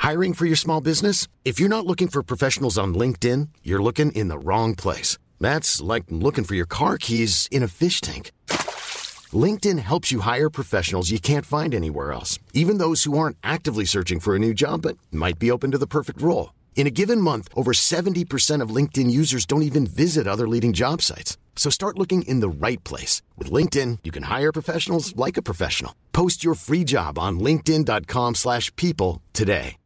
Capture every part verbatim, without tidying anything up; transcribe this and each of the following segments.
Hiring for your small business? If you're not looking for professionals on LinkedIn, you're looking in the wrong place. That's like looking for your car keys in a fish tank. LinkedIn helps you hire professionals you can't find anywhere else, even those who aren't actively searching for a new job but might be open to the perfect role. In a given month, over seventy percent of LinkedIn users don't even visit other leading job sites. So start looking in the right place. With LinkedIn, you can hire professionals like a professional. Post your free job on linkedin.com slash people today.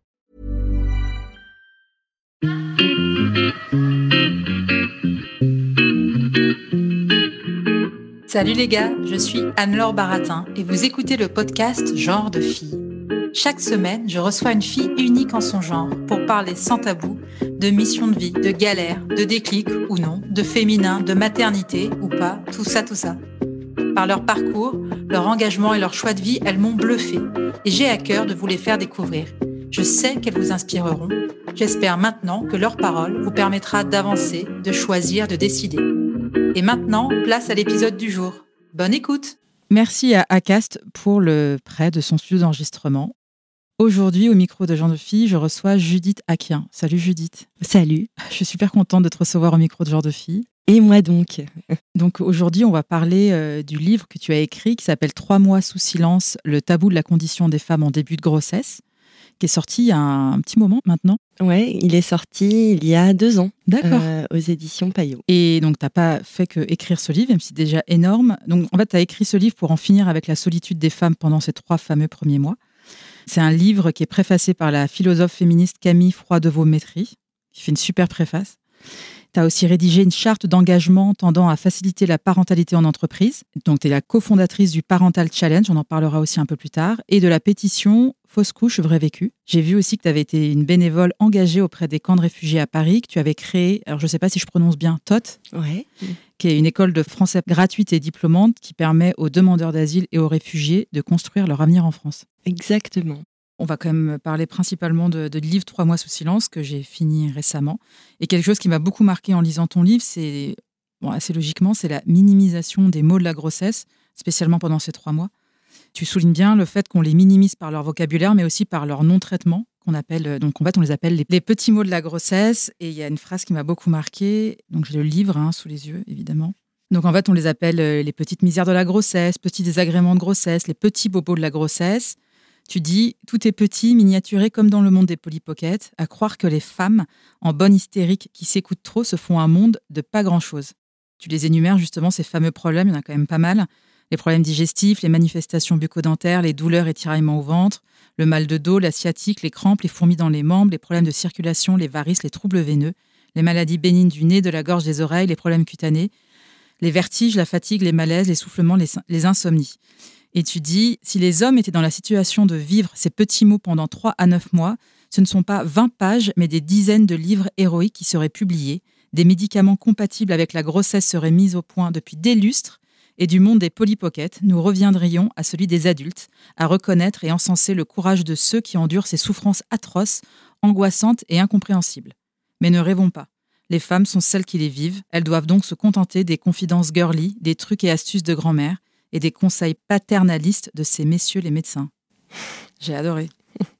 Salut les gars, je suis Anne-Laure Baratin et vous écoutez le podcast Genre de fille. Chaque semaine, je reçois une fille unique en son genre pour parler sans tabou de mission de vie, de galère, de déclic ou non, de féminin, de maternité ou pas, tout ça, tout ça. Par leur parcours, leur engagement et leur choix de vie, elles m'ont bluffé et j'ai à cœur de vous les faire découvrir. Je sais qu'elles vous inspireront. J'espère maintenant que leur parole vous permettra d'avancer, de choisir, de décider. Et maintenant, place à l'épisode du jour. Bonne écoute! Merci à Acast pour le prêt de son studio d'enregistrement. Aujourd'hui, au micro de Genre de Fille, je reçois Judith Aquien. Salut Judith. Salut. Je suis super contente de te recevoir au micro de Genre de Fille. Et moi donc. Donc aujourd'hui, on va parler euh, du livre que tu as écrit qui s'appelle « Trois mois sous silence, le tabou de la condition des femmes en début de grossesse », qui est sorti il y a un, un petit moment maintenant. Ouais, il est sorti il y a deux ans. D'accord. Euh, aux éditions Payot. Et donc, tu n'as pas fait que écrire ce livre, même si c'est déjà énorme. Donc, en fait, tu as écrit ce livre pour en finir avec la solitude des femmes pendant ces trois fameux premiers mois. C'est un livre qui est préfacé par la philosophe féministe Camille Froidevaux-Métry, qui fait une super préface. Tu as aussi rédigé une charte d'engagement tendant à faciliter la parentalité en entreprise. Donc, tu es la cofondatrice du Parental Challenge, on en parlera aussi un peu plus tard, et de la pétition Fausse couche, vrai vécu. J'ai vu aussi que tu avais été une bénévole engagée auprès des camps de réfugiés à Paris, que tu avais créé, alors je ne sais pas si je prononce bien, T O T, ouais. qui est une école de français gratuite et diplômante qui permet aux demandeurs d'asile et aux réfugiés de construire leur avenir en France. Exactement. On va quand même parler principalement de, de livre Trois mois sous silence, que j'ai fini récemment. Et quelque chose qui m'a beaucoup marqué en lisant ton livre, c'est, bon, assez logiquement, c'est la minimisation des mots de la grossesse, spécialement pendant ces trois mois. Tu soulignes bien le fait qu'on les minimise par leur vocabulaire, mais aussi par leur non-traitement, qu'on appelle, donc en fait, on les appelle les, les petits mots de la grossesse. Et il y a une phrase qui m'a beaucoup marquée. Donc j'ai le livre hein, sous les yeux, évidemment. Donc en fait, on les appelle les petites misères de la grossesse, petits désagréments de grossesse, les petits bobos de la grossesse. Tu dis, tout est petit, miniaturé comme dans le monde des Polly Pocket, à croire que les femmes, en bonne hystérique, qui s'écoutent trop, se font un monde de pas grand-chose. Tu les énumères justement, ces fameux problèmes, il y en a quand même pas mal. Les problèmes digestifs, les manifestations bucco-dentaires, les douleurs et tiraillements au ventre, le mal de dos, la sciatique, les crampes, les fourmis dans les membres, les problèmes de circulation, les varices, les troubles veineux, les maladies bénignes du nez, de la gorge, des oreilles, les problèmes cutanés, les vertiges, la fatigue, les malaises, les soufflements, les, les insomnies. Et tu dis, si les hommes étaient dans la situation de vivre ces petits mots pendant trois à neuf mois, ce ne sont pas vingt pages, mais des dizaines de livres héroïques qui seraient publiés, des médicaments compatibles avec la grossesse seraient mis au point depuis des lustres, et du monde des Polly Pocket, nous reviendrions à celui des adultes, à reconnaître et encenser le courage de ceux qui endurent ces souffrances atroces, angoissantes et incompréhensibles. Mais ne rêvons pas. Les femmes sont celles qui les vivent, elles doivent donc se contenter des confidences girly, des trucs et astuces de grand-mère et des conseils paternalistes de ces messieurs les médecins. J'ai adoré.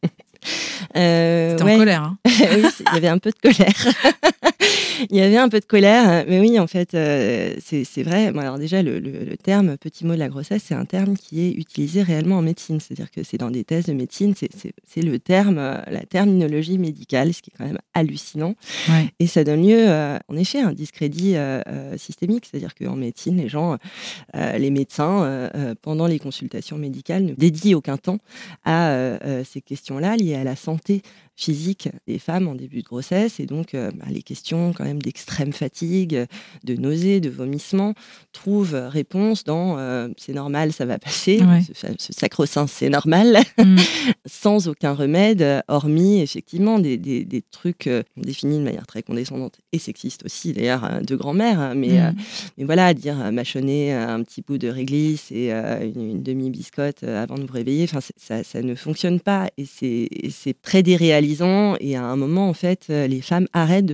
Euh, T'étais ouais. en colère, hein. Oui, il y avait un peu de colère. Il y avait un peu de colère, mais oui, en fait, euh, c'est, c'est vrai. Bon, alors déjà, le, le, le terme « petit mot de la grossesse », c'est un terme qui est utilisé réellement en médecine. C'est-à-dire que c'est dans des thèses de médecine, c'est, c'est, c'est le terme, euh, la terminologie médicale, ce qui est quand même hallucinant. Ouais. Et ça donne lieu, euh, en effet, à un discrédit euh, euh, systémique. C'est-à-dire qu'en médecine, les gens, euh, les médecins, euh, pendant les consultations médicales, ne dédient aucun temps à euh, euh, ces questions-là liées à la santé physique des femmes en début de grossesse, et donc euh, bah, les questions quand même d'extrême fatigue, de nausées, de vomissements trouvent réponse dans euh, c'est normal, ça va passer, Ouais. ce, ce sacro-saint c'est normal, Mm. sans aucun remède, hormis effectivement des, des, des trucs euh, définis de manière très condescendante et sexiste aussi d'ailleurs de grand-mère, mais, Mm. euh, mais voilà, dire euh, mâchonner un petit bout de réglisse et euh, une, une demi-biscotte avant de vous réveiller, enfin ça, ça ne fonctionne pas, et c'est, et c'est très déréalisant. Et à un moment, en fait, les femmes arrêtent de poser des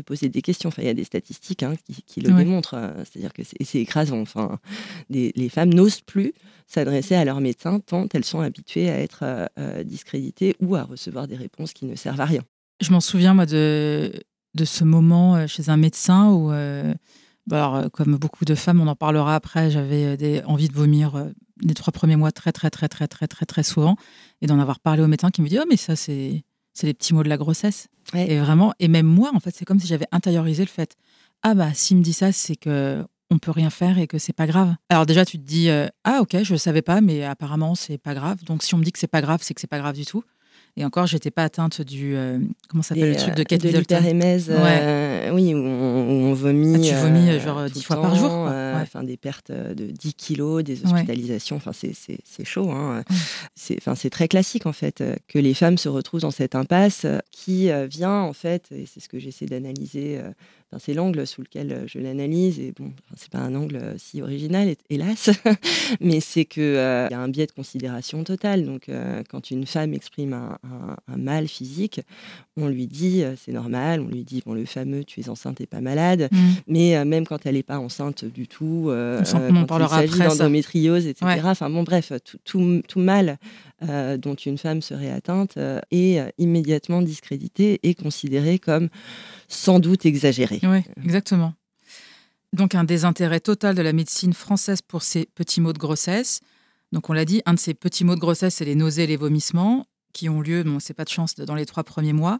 questions. Enfin, il y a des statistiques hein, qui, qui le Ouais. démontrent. C'est-à-dire que c'est, c'est écrasant. Enfin, des, les femmes n'osent plus s'adresser à leur médecin tant elles sont habituées à être euh, discréditées ou à recevoir des réponses qui ne servent à rien. Je m'en souviens, moi, de, de ce moment chez un médecin où, euh, bah alors, comme beaucoup de femmes, on en parlera après, j'avais des, envie de vomir euh, les trois premiers mois très, très, très, très, très, très, très souvent. Et d'en avoir parlé au médecin qui me dit « Oh, mais ça, c'est, c'est les petits mots de la grossesse. Ouais. » Et vraiment, et même moi, en fait, c'est comme si j'avais intériorisé le fait « Ah bah, s'il me dit ça, c'est que... on peut rien faire et que c'est pas grave. » Alors déjà, tu te dis euh, « Ah ok, je savais pas, mais apparemment, c'est pas grave. Donc si on me dit que c'est pas grave, c'est que c'est pas grave du tout. » Et encore, j'étais pas atteinte du... Euh, comment ça s'appelle Et, le truc de Kate de Middleton l'hyperémèse, euh, oui, où on, où on vomit. Ah, tu vomis euh, genre tout dix le fois temps, par jour, quoi. euh, Ouais. Enfin, des pertes de dix kilos, des hospitalisations. Ouais. Enfin, c'est, c'est, c'est chaud. Hein. Ouais. C'est, enfin, c'est très classique, en fait, que les femmes se retrouvent dans cette impasse qui vient, en fait, et c'est ce que j'essaie d'analyser... Euh, Enfin, c'est l'angle sous lequel je l'analyse, et bon, enfin, c'est pas un angle si original, hélas, mais c'est qu'il euh, y a un biais de considération total. Donc, euh, quand une femme exprime un, un, un mal physique, on lui dit euh, c'est normal, on lui dit bon, le fameux tu es enceinte et pas malade, mmh. mais euh, même quand elle n'est pas enceinte du tout, euh, on, euh, on quand il s'agit d'endométriose, et cetera. Ouais. Enfin bon, bref, tout, tout, tout mal euh, dont une femme serait atteinte euh, est euh, immédiatement discrédité et considéré comme sans doute exagéré. Oui, exactement. Donc un désintérêt total de la médecine française pour ces petits maux de grossesse. Donc on l'a dit, un de ces petits maux de grossesse, c'est les nausées et les vomissements qui ont lieu, bon, c'est pas de chance, dans les trois premiers mois.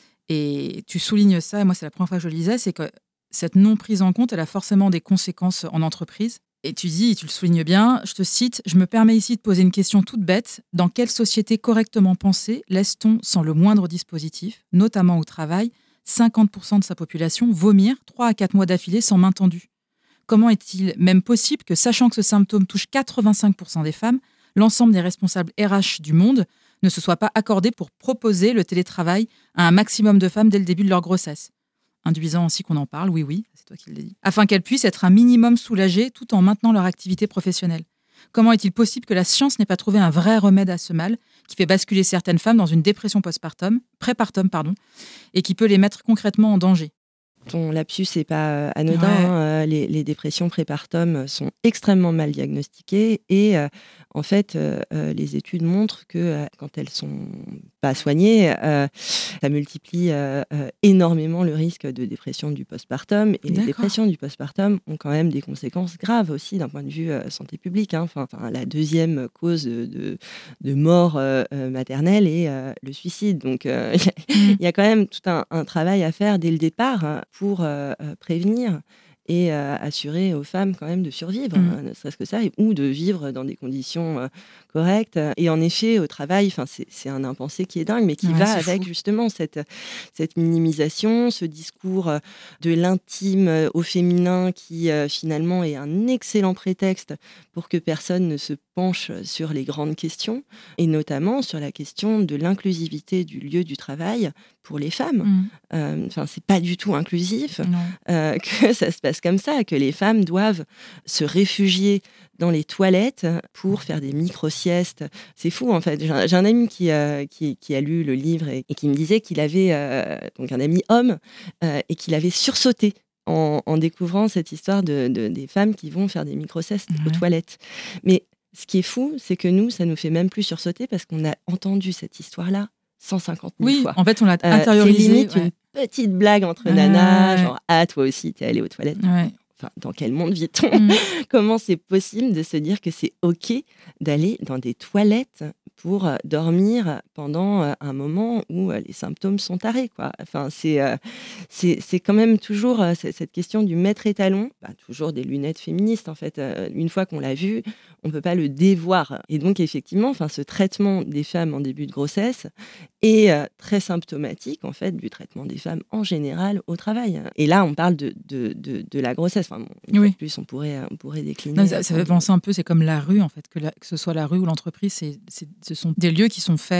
Et tu soulignes ça, et moi c'est la première fois que je le lisais, c'est que cette non prise en compte, elle a forcément des conséquences en entreprise. Et tu dis, et tu le soulignes bien, je te cite, « Je me permets ici de poser une question toute bête. Dans quelle société correctement pensée laisse-t-on sans le moindre dispositif, notamment au travail, cinquante pour cent de sa population vomir trois à quatre mois d'affilée sans main tendue? Comment est-il même possible que, sachant que ce symptôme touche quatre-vingt-cinq pour cent des femmes, l'ensemble des responsables R H du monde ne se soit pas accordé pour proposer le télétravail à un maximum de femmes dès le début de leur grossesse ?» Induisant ainsi qu'on en parle, oui, oui, c'est toi qui l'as dit. Afin qu'elles puissent être un minimum soulagées tout en maintenant leur activité professionnelle. Comment est-il possible que la science n'ait pas trouvé un vrai remède à ce mal qui fait basculer certaines femmes dans une dépression postpartum, prépartum, pardon, et qui peut les mettre concrètement en danger? Ton lapsus n'est pas anodin. Ouais. Hein. Les, les dépressions prépartum sont extrêmement mal diagnostiquées et euh, en fait, euh, les études montrent que euh, quand elles sont pas soignées, euh, ça multiplie euh, euh, énormément le risque de dépression du postpartum. Et D'accord. les dépressions du postpartum ont quand même des conséquences graves aussi d'un point de vue euh, santé publique. Hein. Enfin, enfin, la deuxième cause de, de, de mort euh, maternelle est euh, le suicide. Donc, il euh, y, y a quand même tout un, un travail à faire dès le départ hein, pour euh, prévenir et euh, assurer aux femmes quand même de survivre, mmh. hein, ne serait-ce que ça, et, ou de vivre dans des conditions euh, correctes. Et en effet, au travail, c'est, c'est un impensé qui est dingue, mais qui ouais, va avec fou. Justement cette, cette minimisation, ce discours de l'intime au féminin qui euh, finalement est un excellent prétexte pour que personne ne se penche sur les grandes questions, et notamment sur la question de l'inclusivité du lieu du travail pour les femmes. Mmh. Euh, c'est pas du tout inclusif euh, que ça se passe comme ça, que les femmes doivent se réfugier dans les toilettes pour faire des micro-siestes. C'est fou, en fait. J'ai un, j'ai un ami qui, euh, qui, qui a lu le livre et, et qui me disait qu'il avait, euh, donc un ami homme, euh, et qu'il avait sursauté en, en découvrant cette histoire de, de, des femmes qui vont faire des micro-siestes mmh. aux toilettes. Mais ce qui est fou, c'est que nous, ça nous fait même plus sursauter parce qu'on a entendu cette histoire-là cent cinquante mille oui, fois. En fait, on l'a intériorisé. Euh, c'est limite ouais. une petite blague entre nanas, genre « Ah, toi aussi, t'es allée aux toilettes. Ouais. » Enfin, dans quel monde vit-on? mmh. Comment c'est possible de se dire que c'est OK d'aller dans des toilettes pour euh, dormir pendant euh, un moment où euh, les symptômes sont tarés, quoi. Enfin, c'est, euh, c'est, c'est quand même toujours euh, cette question du maître étalon, bah, toujours des lunettes féministes, en fait. Euh, une fois qu'on l'a vu, on ne peut pas le dévoir. Et donc, effectivement, enfin, ce traitement des femmes en début de grossesse est euh, très symptomatique, en fait, du traitement des femmes en général au travail. Et là, on parle de, de, de, de la grossesse. Enfin, bon, une oui. fois de plus, on pourrait, on pourrait décliner. Non, ça, ça fait penser un peu, c'est comme la rue, en fait, que, la, que ce soit la rue ou l'entreprise, c'est, c'est, ce sont des lieux qui sont faits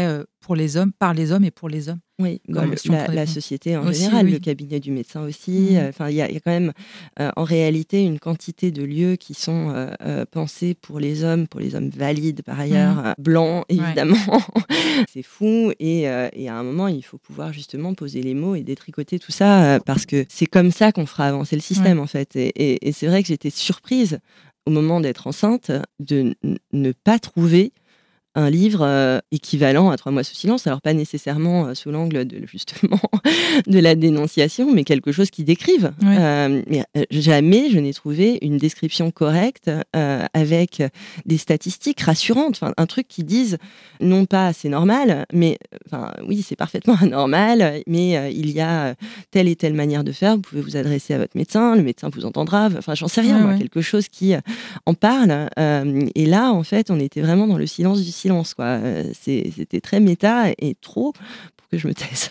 pour les hommes, par les hommes et pour les hommes. Oui, bah, le, la, la société en aussi, général, oui. le cabinet du médecin aussi. Enfin, mmh. il y, y a quand même, euh, en réalité, une quantité de lieux qui sont euh, euh, pensés pour les hommes, pour les hommes valides par ailleurs, mmh. euh, blancs évidemment. Ouais. C'est fou. Et, euh, et à un moment, il faut pouvoir justement poser les mots et détricoter tout ça, euh, parce que c'est comme ça qu'on fera avancer le système, ouais. en fait. Et, et, et c'est vrai que j'étais surprise au moment d'être enceinte de n- ne pas trouver un livre euh, équivalent à Trois mois sous silence, alors pas nécessairement euh, sous l'angle de, justement de la dénonciation, mais quelque chose qui décrive. Oui. Euh, mais euh, jamais je n'ai trouvé une description correcte euh, avec des statistiques rassurantes, enfin un truc qui dise non pas c'est normal, mais enfin oui c'est parfaitement anormal, mais euh, il y a telle et telle manière de faire. Vous pouvez vous adresser à votre médecin, le médecin vous entendra. Enfin j'en sais rien, ouais, moi, ouais. quelque chose qui euh, en parle. Euh, et là en fait on était vraiment dans le silence du silence. Silence, quoi. C'est, c'était très méta et trop pour que je me taise.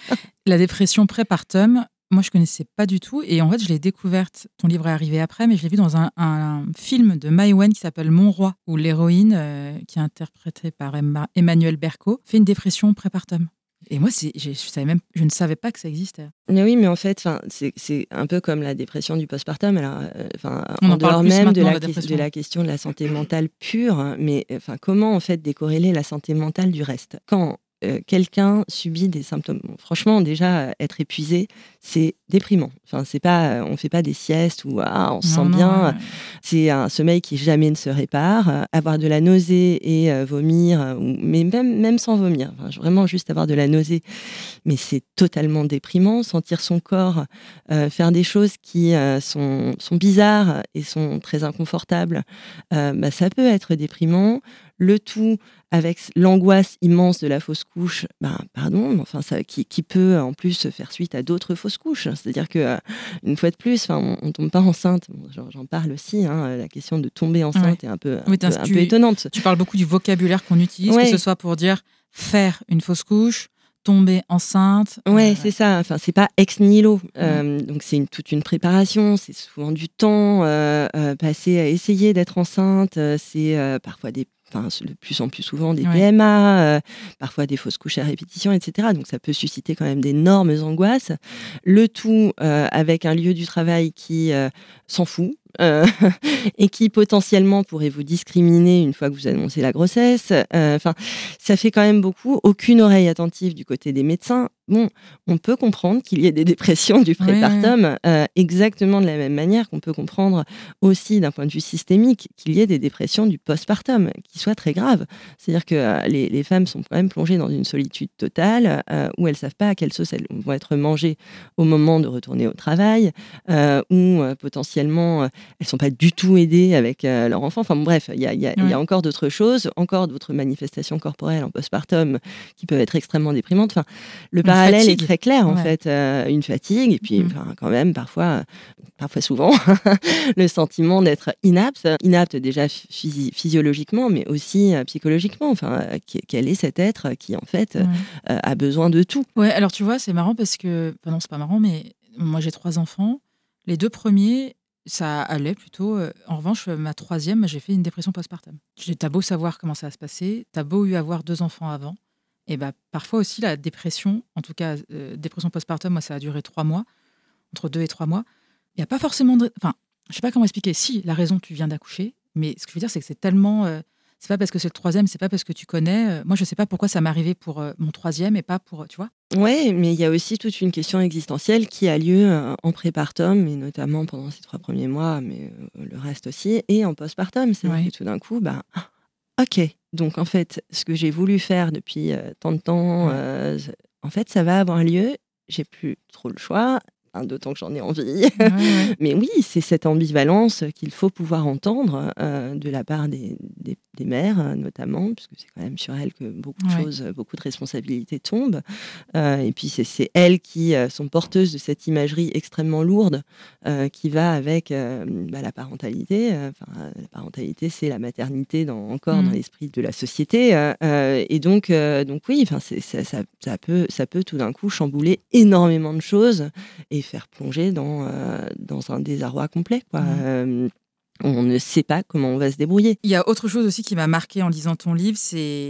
La dépression prépartum, moi je connaissais pas du tout et en fait je l'ai découverte, ton livre est arrivé après, mais je l'ai vu dans un, un film de Mai Wen qui s'appelle Mon Roi, où l'héroïne, euh, qui est interprétée par Emma, Emmanuel Berco, fait une dépression prépartum. Et moi, c'est, je, je, savais même, je ne savais pas que ça existait. Mais oui, mais en fait, c'est, c'est un peu comme la dépression du postpartum. Alors, euh, en, en dehors même de la, la de la question de la santé mentale pure, mais comment en fait décorréler la santé mentale du reste ? Quand euh, quelqu'un subit des symptômes, bon, franchement, déjà être épuisé, c'est déprimant. Enfin, c'est pas, on fait pas des siestes où ah, on se non, sent non, bien. Ouais. C'est un sommeil qui jamais ne se répare. Avoir de la nausée et euh, vomir, ou, mais même même sans vomir. Enfin, vraiment juste avoir de la nausée. Mais c'est totalement déprimant, sentir son corps euh, faire des choses qui euh, sont, sont bizarres et sont très inconfortables, euh, bah, ça peut être déprimant. Le tout avec l'angoisse immense de la fausse couche, bah, pardon, enfin, ça, qui, qui peut en plus faire suite à d'autres fausses couches. C'est-à-dire que euh, une fois de plus, on ne tombe pas enceinte. Bon, j'en, j'en parle aussi, hein, la question de tomber enceinte ouais. est un peu, un, oui, peu, un tu, peu étonnante. Tu parles beaucoup du vocabulaire qu'on utilise, ouais. que ce soit pour dire faire une fausse couche, tomber enceinte. Ouais, euh... c'est ça. Enfin, c'est pas ex nihilo. Euh, mmh. Donc, c'est une, toute une préparation. C'est souvent du temps euh, euh, passé à essayer d'être enceinte. Euh, c'est euh, parfois des, enfin, de plus en plus souvent des ouais. P M A, euh, parfois des fausses couches à répétition, et cetera. Donc, ça peut susciter quand même d'énormes angoisses. Le tout euh, avec un lieu du travail qui euh, s'en fout. Euh, et qui potentiellement pourrait vous discriminer une fois que vous annoncez la grossesse. Enfin, euh, ça fait quand même beaucoup. Aucune oreille attentive du côté des médecins. Bon, on peut comprendre qu'il y ait des dépressions du prépartum, oui, oui. Euh, exactement de la même manière qu'on peut comprendre aussi d'un point de vue systémique qu'il y ait des dépressions du postpartum qui soient très graves. C'est-à-dire que euh, les, les femmes sont quand même plongées dans une solitude totale euh, où elles ne savent pas à quelle sauce elles vont être mangées au moment de retourner au travail, euh, où euh, potentiellement euh, elles ne sont pas du tout aidées avec euh, leur enfant. Enfin bon, bref, il y a, y, a, oui. y a encore d'autres choses, encore d'autres manifestations corporelles en postpartum qui peuvent être extrêmement déprimantes. Enfin, le parallèle est très clair en ouais. fait, euh, une fatigue et puis mmh. enfin, quand même parfois, parfois souvent, le sentiment d'être inapte, inapte déjà phys- physiologiquement mais aussi euh, psychologiquement. Enfin, euh, quel est cet être qui en fait ouais. euh, a besoin de tout. Ouais, alors tu vois, c'est marrant parce que, enfin non, c'est pas marrant, mais moi j'ai trois enfants, les deux premiers. Ça allait plutôt. En revanche, ma troisième, j'ai fait une dépression postpartum. T'as beau savoir comment ça va se passer, t'as beau eu avoir deux enfants avant, et bah, parfois aussi la dépression, en tout cas, euh, dépression postpartum, moi ça a duré trois mois, entre deux et trois mois. Il n'y a pas forcément de... Enfin, je sais pas comment expliquer. Si, la raison, tu viens d'accoucher, mais ce que je veux dire, c'est que c'est tellement... Euh, c'est pas parce que c'est le troisième, c'est pas parce que tu connais. Euh, moi, je sais pas pourquoi ça m'est arrivé pour euh, mon troisième et pas pour... Tu vois ? Ouais, mais il y a aussi toute une question existentielle qui a lieu euh, en prépartum, et notamment pendant ces trois premiers mois, mais euh, le reste aussi, et en postpartum. C'est-à-dire ouais. que tout d'un coup, bah, ok, donc en fait, ce que j'ai voulu faire depuis euh, tant de temps, ouais. euh, en fait, ça va avoir lieu, j'ai plus trop le choix, hein, d'autant que j'en ai envie. Ouais, ouais. Mais oui, c'est cette ambivalence qu'il faut pouvoir entendre euh, de la part des, des, des mères, notamment, puisque c'est quand même sur elles que beaucoup de ouais. choses, beaucoup de responsabilités tombent. Euh, et puis, c'est, c'est elles qui euh, sont porteuses de cette imagerie extrêmement lourde euh, qui va avec euh, bah, la parentalité. Enfin, euh, la parentalité, c'est la maternité dans, encore mmh. dans l'esprit de la société. Euh, et donc, euh, donc oui, c'est, ça, ça, ça, peut, ça peut tout d'un coup chambouler énormément de choses et faire plonger dans, euh, dans un désarroi complet, quoi. Mmh. Euh, on ne sait pas comment on va se débrouiller. Il y a autre chose aussi qui m'a marquée en lisant ton livre, c'est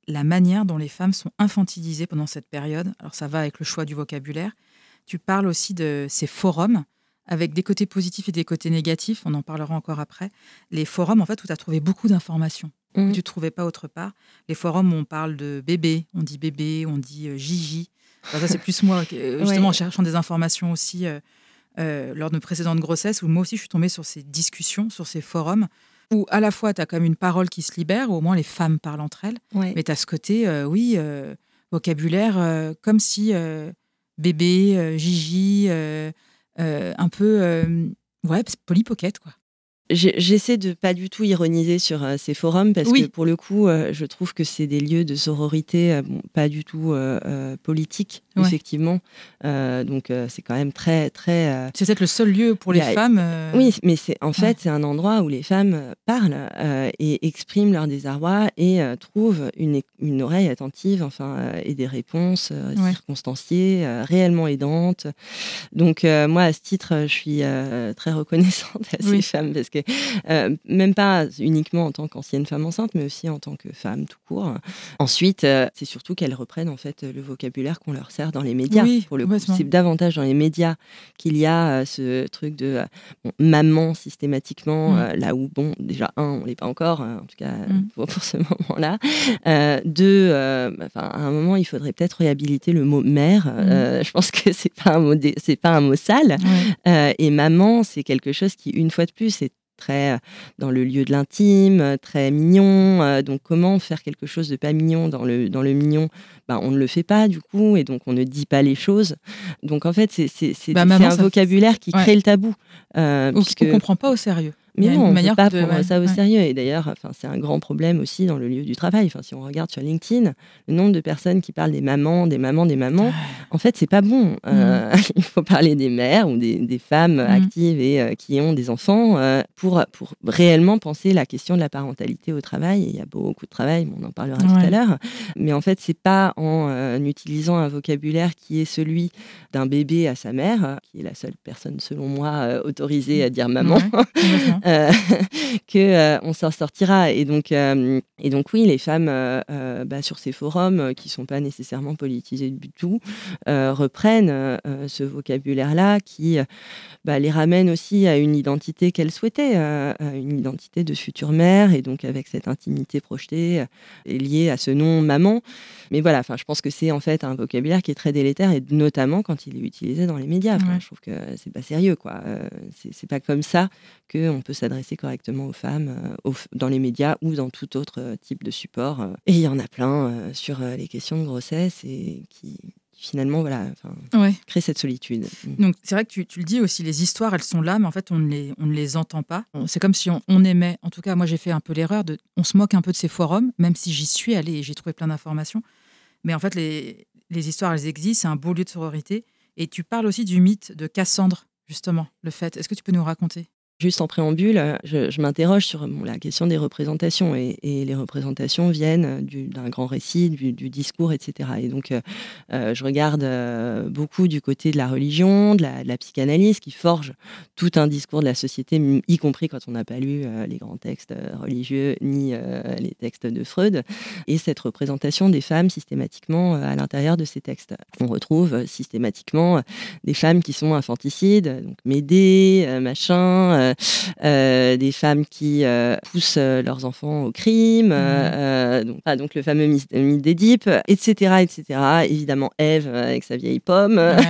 la manière dont les femmes sont infantilisées pendant cette période. Alors ça va avec le choix du vocabulaire. Tu parles aussi de ces forums, avec des côtés positifs et des côtés négatifs, on en parlera encore après. Les forums, en fait, où tu as trouvé beaucoup d'informations, mmh. que tu ne trouvais pas autre part. Les forums où on parle de bébé, on dit bébé, on dit euh, Gigi. Enfin, ça, c'est plus moi, euh, justement, ouais. en cherchant des informations aussi euh, euh, lors de mes précédentes grossesses, où moi aussi, je suis tombée sur ces discussions, sur ces forums, où à la fois, tu as quand même une parole qui se libère, où au moins les femmes parlent entre elles, ouais. mais tu as ce côté, euh, oui, euh, vocabulaire, euh, comme si euh, bébé, euh, Gigi... Euh, Euh, un peu euh, ouais, Polly Pocket, quoi. J'essaie de pas du tout ironiser sur euh, ces forums parce oui. que pour le coup, euh, je trouve que c'est des lieux de sororité euh, bon, pas du tout euh, euh, politiques, ouais. effectivement. Euh, donc euh, c'est quand même très très. Euh... C'est peut-être le seul lieu pour les a... femmes. Euh... Oui, mais c'est en fait ouais. c'est un endroit où les femmes parlent euh, et expriment leur désarroi et euh, trouvent une une oreille attentive, enfin euh, et des réponses euh, ouais. circonstanciées, euh, réellement aidantes. Donc euh, moi à ce titre, je suis euh, très reconnaissante à ces oui. femmes parce que Euh, même pas uniquement en tant qu'ancienne femme enceinte, mais aussi en tant que femme tout court. Ensuite, euh, c'est surtout qu'elles reprennent en fait le vocabulaire qu'on leur sert dans les médias. Oui, pour le coup, c'est davantage dans les médias qu'il y a euh, ce truc de euh, bon, maman systématiquement, mm. euh, là où bon, déjà un, on l'est pas encore, euh, en tout cas mm. pour, pour ce moment-là. Euh, deux, euh, à un moment, il faudrait peut-être réhabiliter le mot mère. Mm. Euh, je pense que c'est pas un mot, dé- c'est pas un mot sale. Ouais. Euh, et maman, c'est quelque chose qui, une fois de plus, est très dans le lieu de l'intime, très mignon. Euh, donc, comment faire quelque chose de pas mignon dans le, dans le mignon ? Ben, on ne le fait pas, du coup, et donc on ne dit pas les choses. Donc, en fait, c'est, c'est, c'est, bah, c'est un vocabulaire fait... qui crée ouais. le tabou. Euh, Ou puisque... qu'on ne comprend pas au sérieux. Mais non, on ne peut pas de... prendre ouais, ça au ouais. sérieux. Et d'ailleurs, enfin, c'est un grand problème aussi dans le lieu du travail. Enfin, si on regarde sur LinkedIn, le nombre de personnes qui parlent des mamans, des mamans, des mamans, en fait, c'est pas bon. Mm. Euh, il faut parler des mères ou des, des femmes mm. actives et euh, qui ont des enfants euh, pour, pour réellement penser la question de la parentalité au travail. Et il y a beaucoup de travail, on en parlera ouais. tout à l'heure. Mais en fait, c'est pas en euh, utilisant un vocabulaire qui est celui d'un bébé à sa mère, qui est la seule personne, selon moi, euh, autorisée à dire maman. Ouais. euh, que euh, on s'en sortira et donc euh, et donc oui les femmes euh, euh, bah, sur ces forums euh, qui sont pas nécessairement politisés du tout euh, reprennent euh, ce vocabulaire là qui euh, bah, les ramène aussi à une identité qu'elles souhaitaient euh, à une identité de future mère et donc avec cette intimité projetée euh, et liée à ce nom maman. Mais voilà, enfin je pense que c'est en fait un vocabulaire qui est très délétère et notamment quand il est utilisé dans les médias. Enfin, ouais. Je trouve que c'est pas sérieux quoi. Euh, c'est, c'est pas comme ça qu'on peut s'adresser correctement aux femmes euh, aux, dans les médias ou dans tout autre euh, type de support. Euh. Et il y en a plein euh, sur euh, les questions de grossesse et qui finalement voilà, ouais. créent cette solitude. Donc c'est vrai que tu, tu le dis aussi, les histoires elles sont là, mais en fait on ne les, on ne les entend pas. C'est comme si on, on aimait, en tout cas moi j'ai fait un peu l'erreur, de, on se moque un peu de ces forums, même si j'y suis allée et j'ai trouvé plein d'informations. Mais en fait les, les histoires elles existent, c'est un beau lieu de sororité. Et tu parles aussi du mythe de Cassandre, justement, le fait. Est-ce que tu peux nous raconter ? Juste en préambule, je, je m'interroge sur bon, la question des représentations et, et les représentations viennent du, d'un grand récit, du, du discours, et cetera. Et donc, euh, je regarde euh, beaucoup du côté de la religion, de la, de la psychanalyse qui forge tout un discours de la société, y compris quand on n'a pas lu euh, les grands textes religieux ni euh, les textes de Freud. Et cette représentation des femmes systématiquement euh, à l'intérieur de ces textes. On retrouve euh, systématiquement des femmes qui sont infanticides, donc Médée, euh, machin... Euh, Euh, des femmes qui euh, poussent euh, leurs enfants au crime, euh, donc, ah, donc le fameux mythe d'Édipe, et cetera, et cetera. Évidemment, Ève avec sa vieille pomme. Ouais.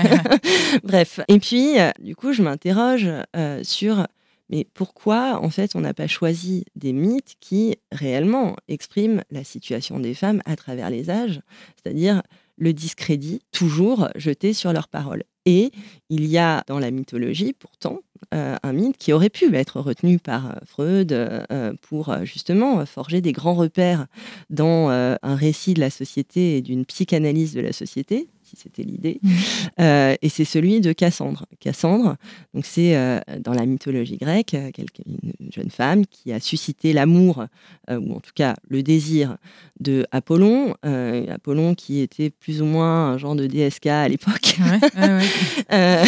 Bref. Et puis, euh, du coup, je m'interroge euh, sur mais pourquoi, en fait, on n'a pas choisi des mythes qui réellement expriment la situation des femmes à travers les âges, c'est-à-dire le discrédit toujours jeté sur leurs paroles. Et il y a dans la mythologie, pourtant, euh, un mythe qui aurait pu être retenu par euh, Freud euh, pour euh, justement forger des grands repères dans euh, un récit de la société et d'une psychanalyse de la société. si c'était l'idée. Mmh. Euh, et c'est celui de Cassandre. Cassandre, donc c'est euh, dans la mythologie grecque, euh, une jeune femme qui a suscité l'amour, euh, ou en tout cas le désir de Apollon. Euh, Apollon qui était plus ou moins un genre de D S K à l'époque. Ouais, ouais, ouais. euh,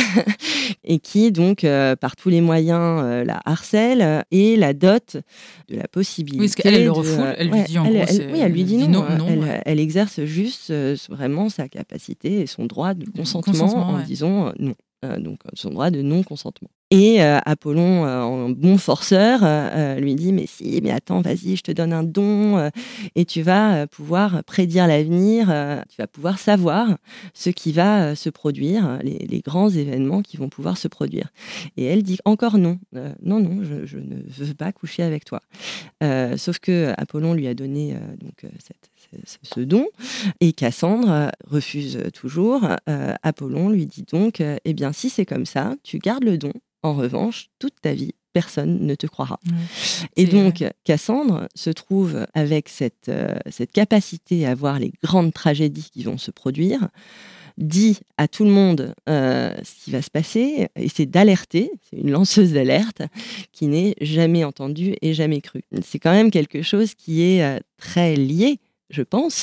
et qui donc euh, par tous les moyens euh, la harcèle et la dote de la possibilité. Oui, parce qu'elle elle le de, refoule, elle lui ouais, dit en elle, gros. elle, c'est- oui, elle lui dit non. non, hein. non, elle, ouais. elle exerce juste euh, vraiment sa capacité et son droit de consentement, Consentement, en ouais. disant euh, non. Euh, donc son droit de non-consentement. Et euh, Apollon, euh, en bon forceur, euh, lui dit mais si, mais attends, vas-y, je te donne un don euh, et tu vas euh, pouvoir prédire l'avenir, euh, tu vas pouvoir savoir ce qui va euh, se produire, les, les grands événements qui vont pouvoir se produire. Et elle dit encore non, euh, non, non, je, je ne veux pas coucher avec toi. Euh, sauf que Apollon lui a donné euh, donc euh, cette, ce, ce don et Cassandre euh, refuse toujours. Euh, Apollon lui dit donc euh, eh bien si c'est comme ça, tu gardes le don. En revanche, toute ta vie, personne ne te croira. Ouais. Et C'est, donc, ouais. Cassandre se trouve avec cette, euh, cette capacité à voir les grandes tragédies qui vont se produire, dit à tout le monde euh, ce qui va se passer, essaie d'alerter, c'est une lanceuse d'alerte qui n'est jamais entendue et jamais crue. C'est quand même quelque chose qui est euh, très lié, je pense,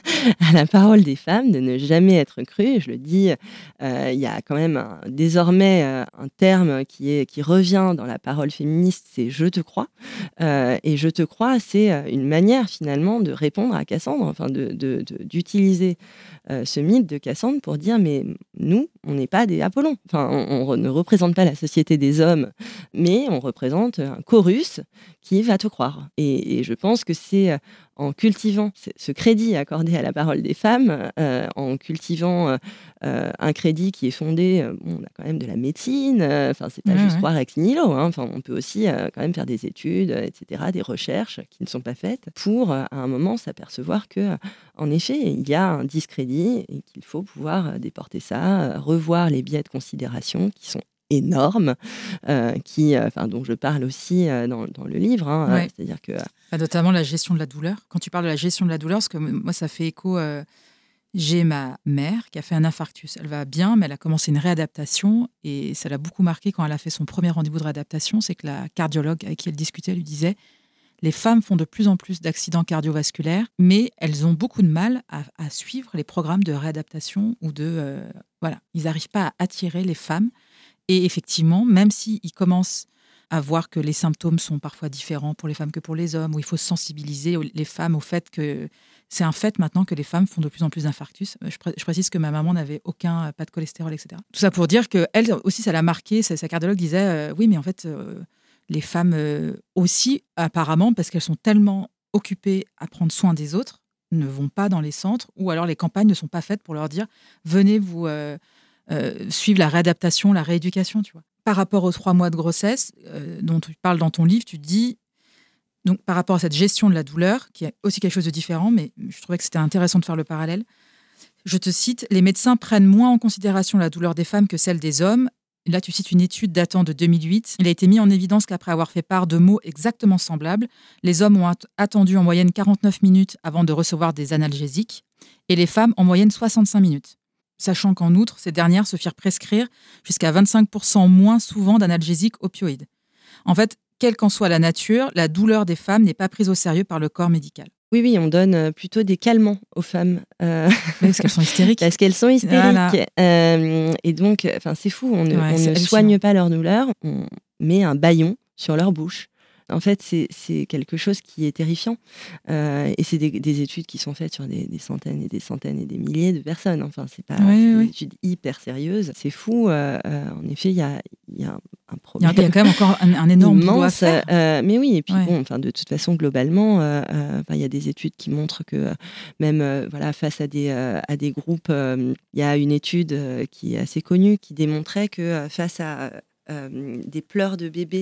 à la parole des femmes, de ne jamais être crue. Je le dis, euh, il y a quand même un, désormais euh, un terme qui, est, qui revient dans la parole féministe, c'est « je te crois euh, ». Et « je te crois », c'est une manière finalement de répondre à Cassandre, enfin de, de, de, d'utiliser euh, ce mythe de Cassandre pour dire « mais nous, on n'est pas des Apollons ». Enfin, on, on ne représente pas la société des hommes, mais on représente un chorus qui va te croire. Et, et je pense que c'est en cultivant ce crédit accordé à la parole des femmes, euh, en cultivant euh, un crédit qui est fondé, euh, bon, on a quand même de la médecine, enfin euh, c'est pas ouais, juste ouais. croire ex nihilo, hein, enfin on peut aussi euh, quand même faire des études, euh, et cetera, des recherches qui ne sont pas faites pour euh, à un moment s'apercevoir que euh, en effet il y a un discrédit et qu'il faut pouvoir déporter ça, euh, revoir les biais de considération qui sont énormes, euh, qui, enfin, euh, dont je parle aussi euh, dans, dans le livre. Hein, ouais. euh, c'est-à-dire que bah, notamment la gestion de la douleur. Quand tu parles de la gestion de la douleur, parce que moi ça fait écho. Euh, j'ai ma mère qui a fait un infarctus. Elle va bien, mais elle a commencé une réadaptation et ça l'a beaucoup marqué quand elle a fait son premier rendez-vous de réadaptation. C'est que la cardiologue avec qui elle discutait lui disait les femmes font de plus en plus d'accidents cardiovasculaires, mais elles ont beaucoup de mal à, à suivre les programmes de réadaptation ou de euh, voilà, ils n'arrivent pas à attirer les femmes. Et effectivement, même s'ils commencent à voir que les symptômes sont parfois différents pour les femmes que pour les hommes, où il faut sensibiliser les femmes au fait que c'est un fait maintenant que les femmes font de plus en plus d'infarctus. Je, pré- je précise que ma maman n'avait aucun, pas de cholestérol, et cetera. Tout ça pour dire qu'elle aussi, ça l'a marqué. Sa, sa cardiologue disait, euh, oui, mais en fait, euh, les femmes euh, aussi, apparemment, parce qu'elles sont tellement occupées à prendre soin des autres, ne vont pas dans les centres, ou alors les campagnes ne sont pas faites pour leur dire, venez vous... Euh, Euh, suivre la réadaptation, la rééducation, tu vois. Par rapport aux trois mois de grossesse euh, dont tu parles dans ton livre, tu te dis, donc par rapport à cette gestion de la douleur, qui est aussi quelque chose de différent, mais je trouvais que c'était intéressant de faire le parallèle. Je te cite, les médecins prennent moins en considération la douleur des femmes que celle des hommes. Là, tu cites une étude datant de deux mille huit. Il a été mis en évidence qu'après avoir fait part de mots exactement semblables, les hommes ont at- attendu en moyenne quarante-neuf minutes avant de recevoir des analgésiques et les femmes en moyenne soixante-cinq minutes. Sachant qu'en outre, ces dernières se firent prescrire jusqu'à vingt-cinq pour cent moins souvent d'analgésiques opioïdes. En fait, quelle qu'en soit la nature, la douleur des femmes n'est pas prise au sérieux par le corps médical. Oui, oui, on donne plutôt des calmants aux femmes. Euh... Parce qu'elles sont hystériques. Parce qu'elles sont hystériques. Voilà. Euh, et donc, c'est fou, on ne, ouais, on ne soigne pas leur douleur, on met un bâillon sur leur bouche. En fait, c'est, c'est quelque chose qui est terrifiant. Euh, et c'est des, des études qui sont faites sur des, des centaines et des centaines et des milliers de personnes. Enfin, c'est pas oui, c'est oui. des études hyper sérieuses. C'est fou. Euh, euh, en effet, il y a, y a un problème. Il y a quand même encore un, un énorme immense, boulot à faire. Euh, mais oui, et puis ouais. bon, enfin, de toute façon, globalement, il euh, euh, y a des études qui montrent que euh, même euh, voilà, face à des, euh, à des groupes, il euh, y a une étude euh, qui est assez connue qui démontrait que euh, face à euh, des pleurs de bébés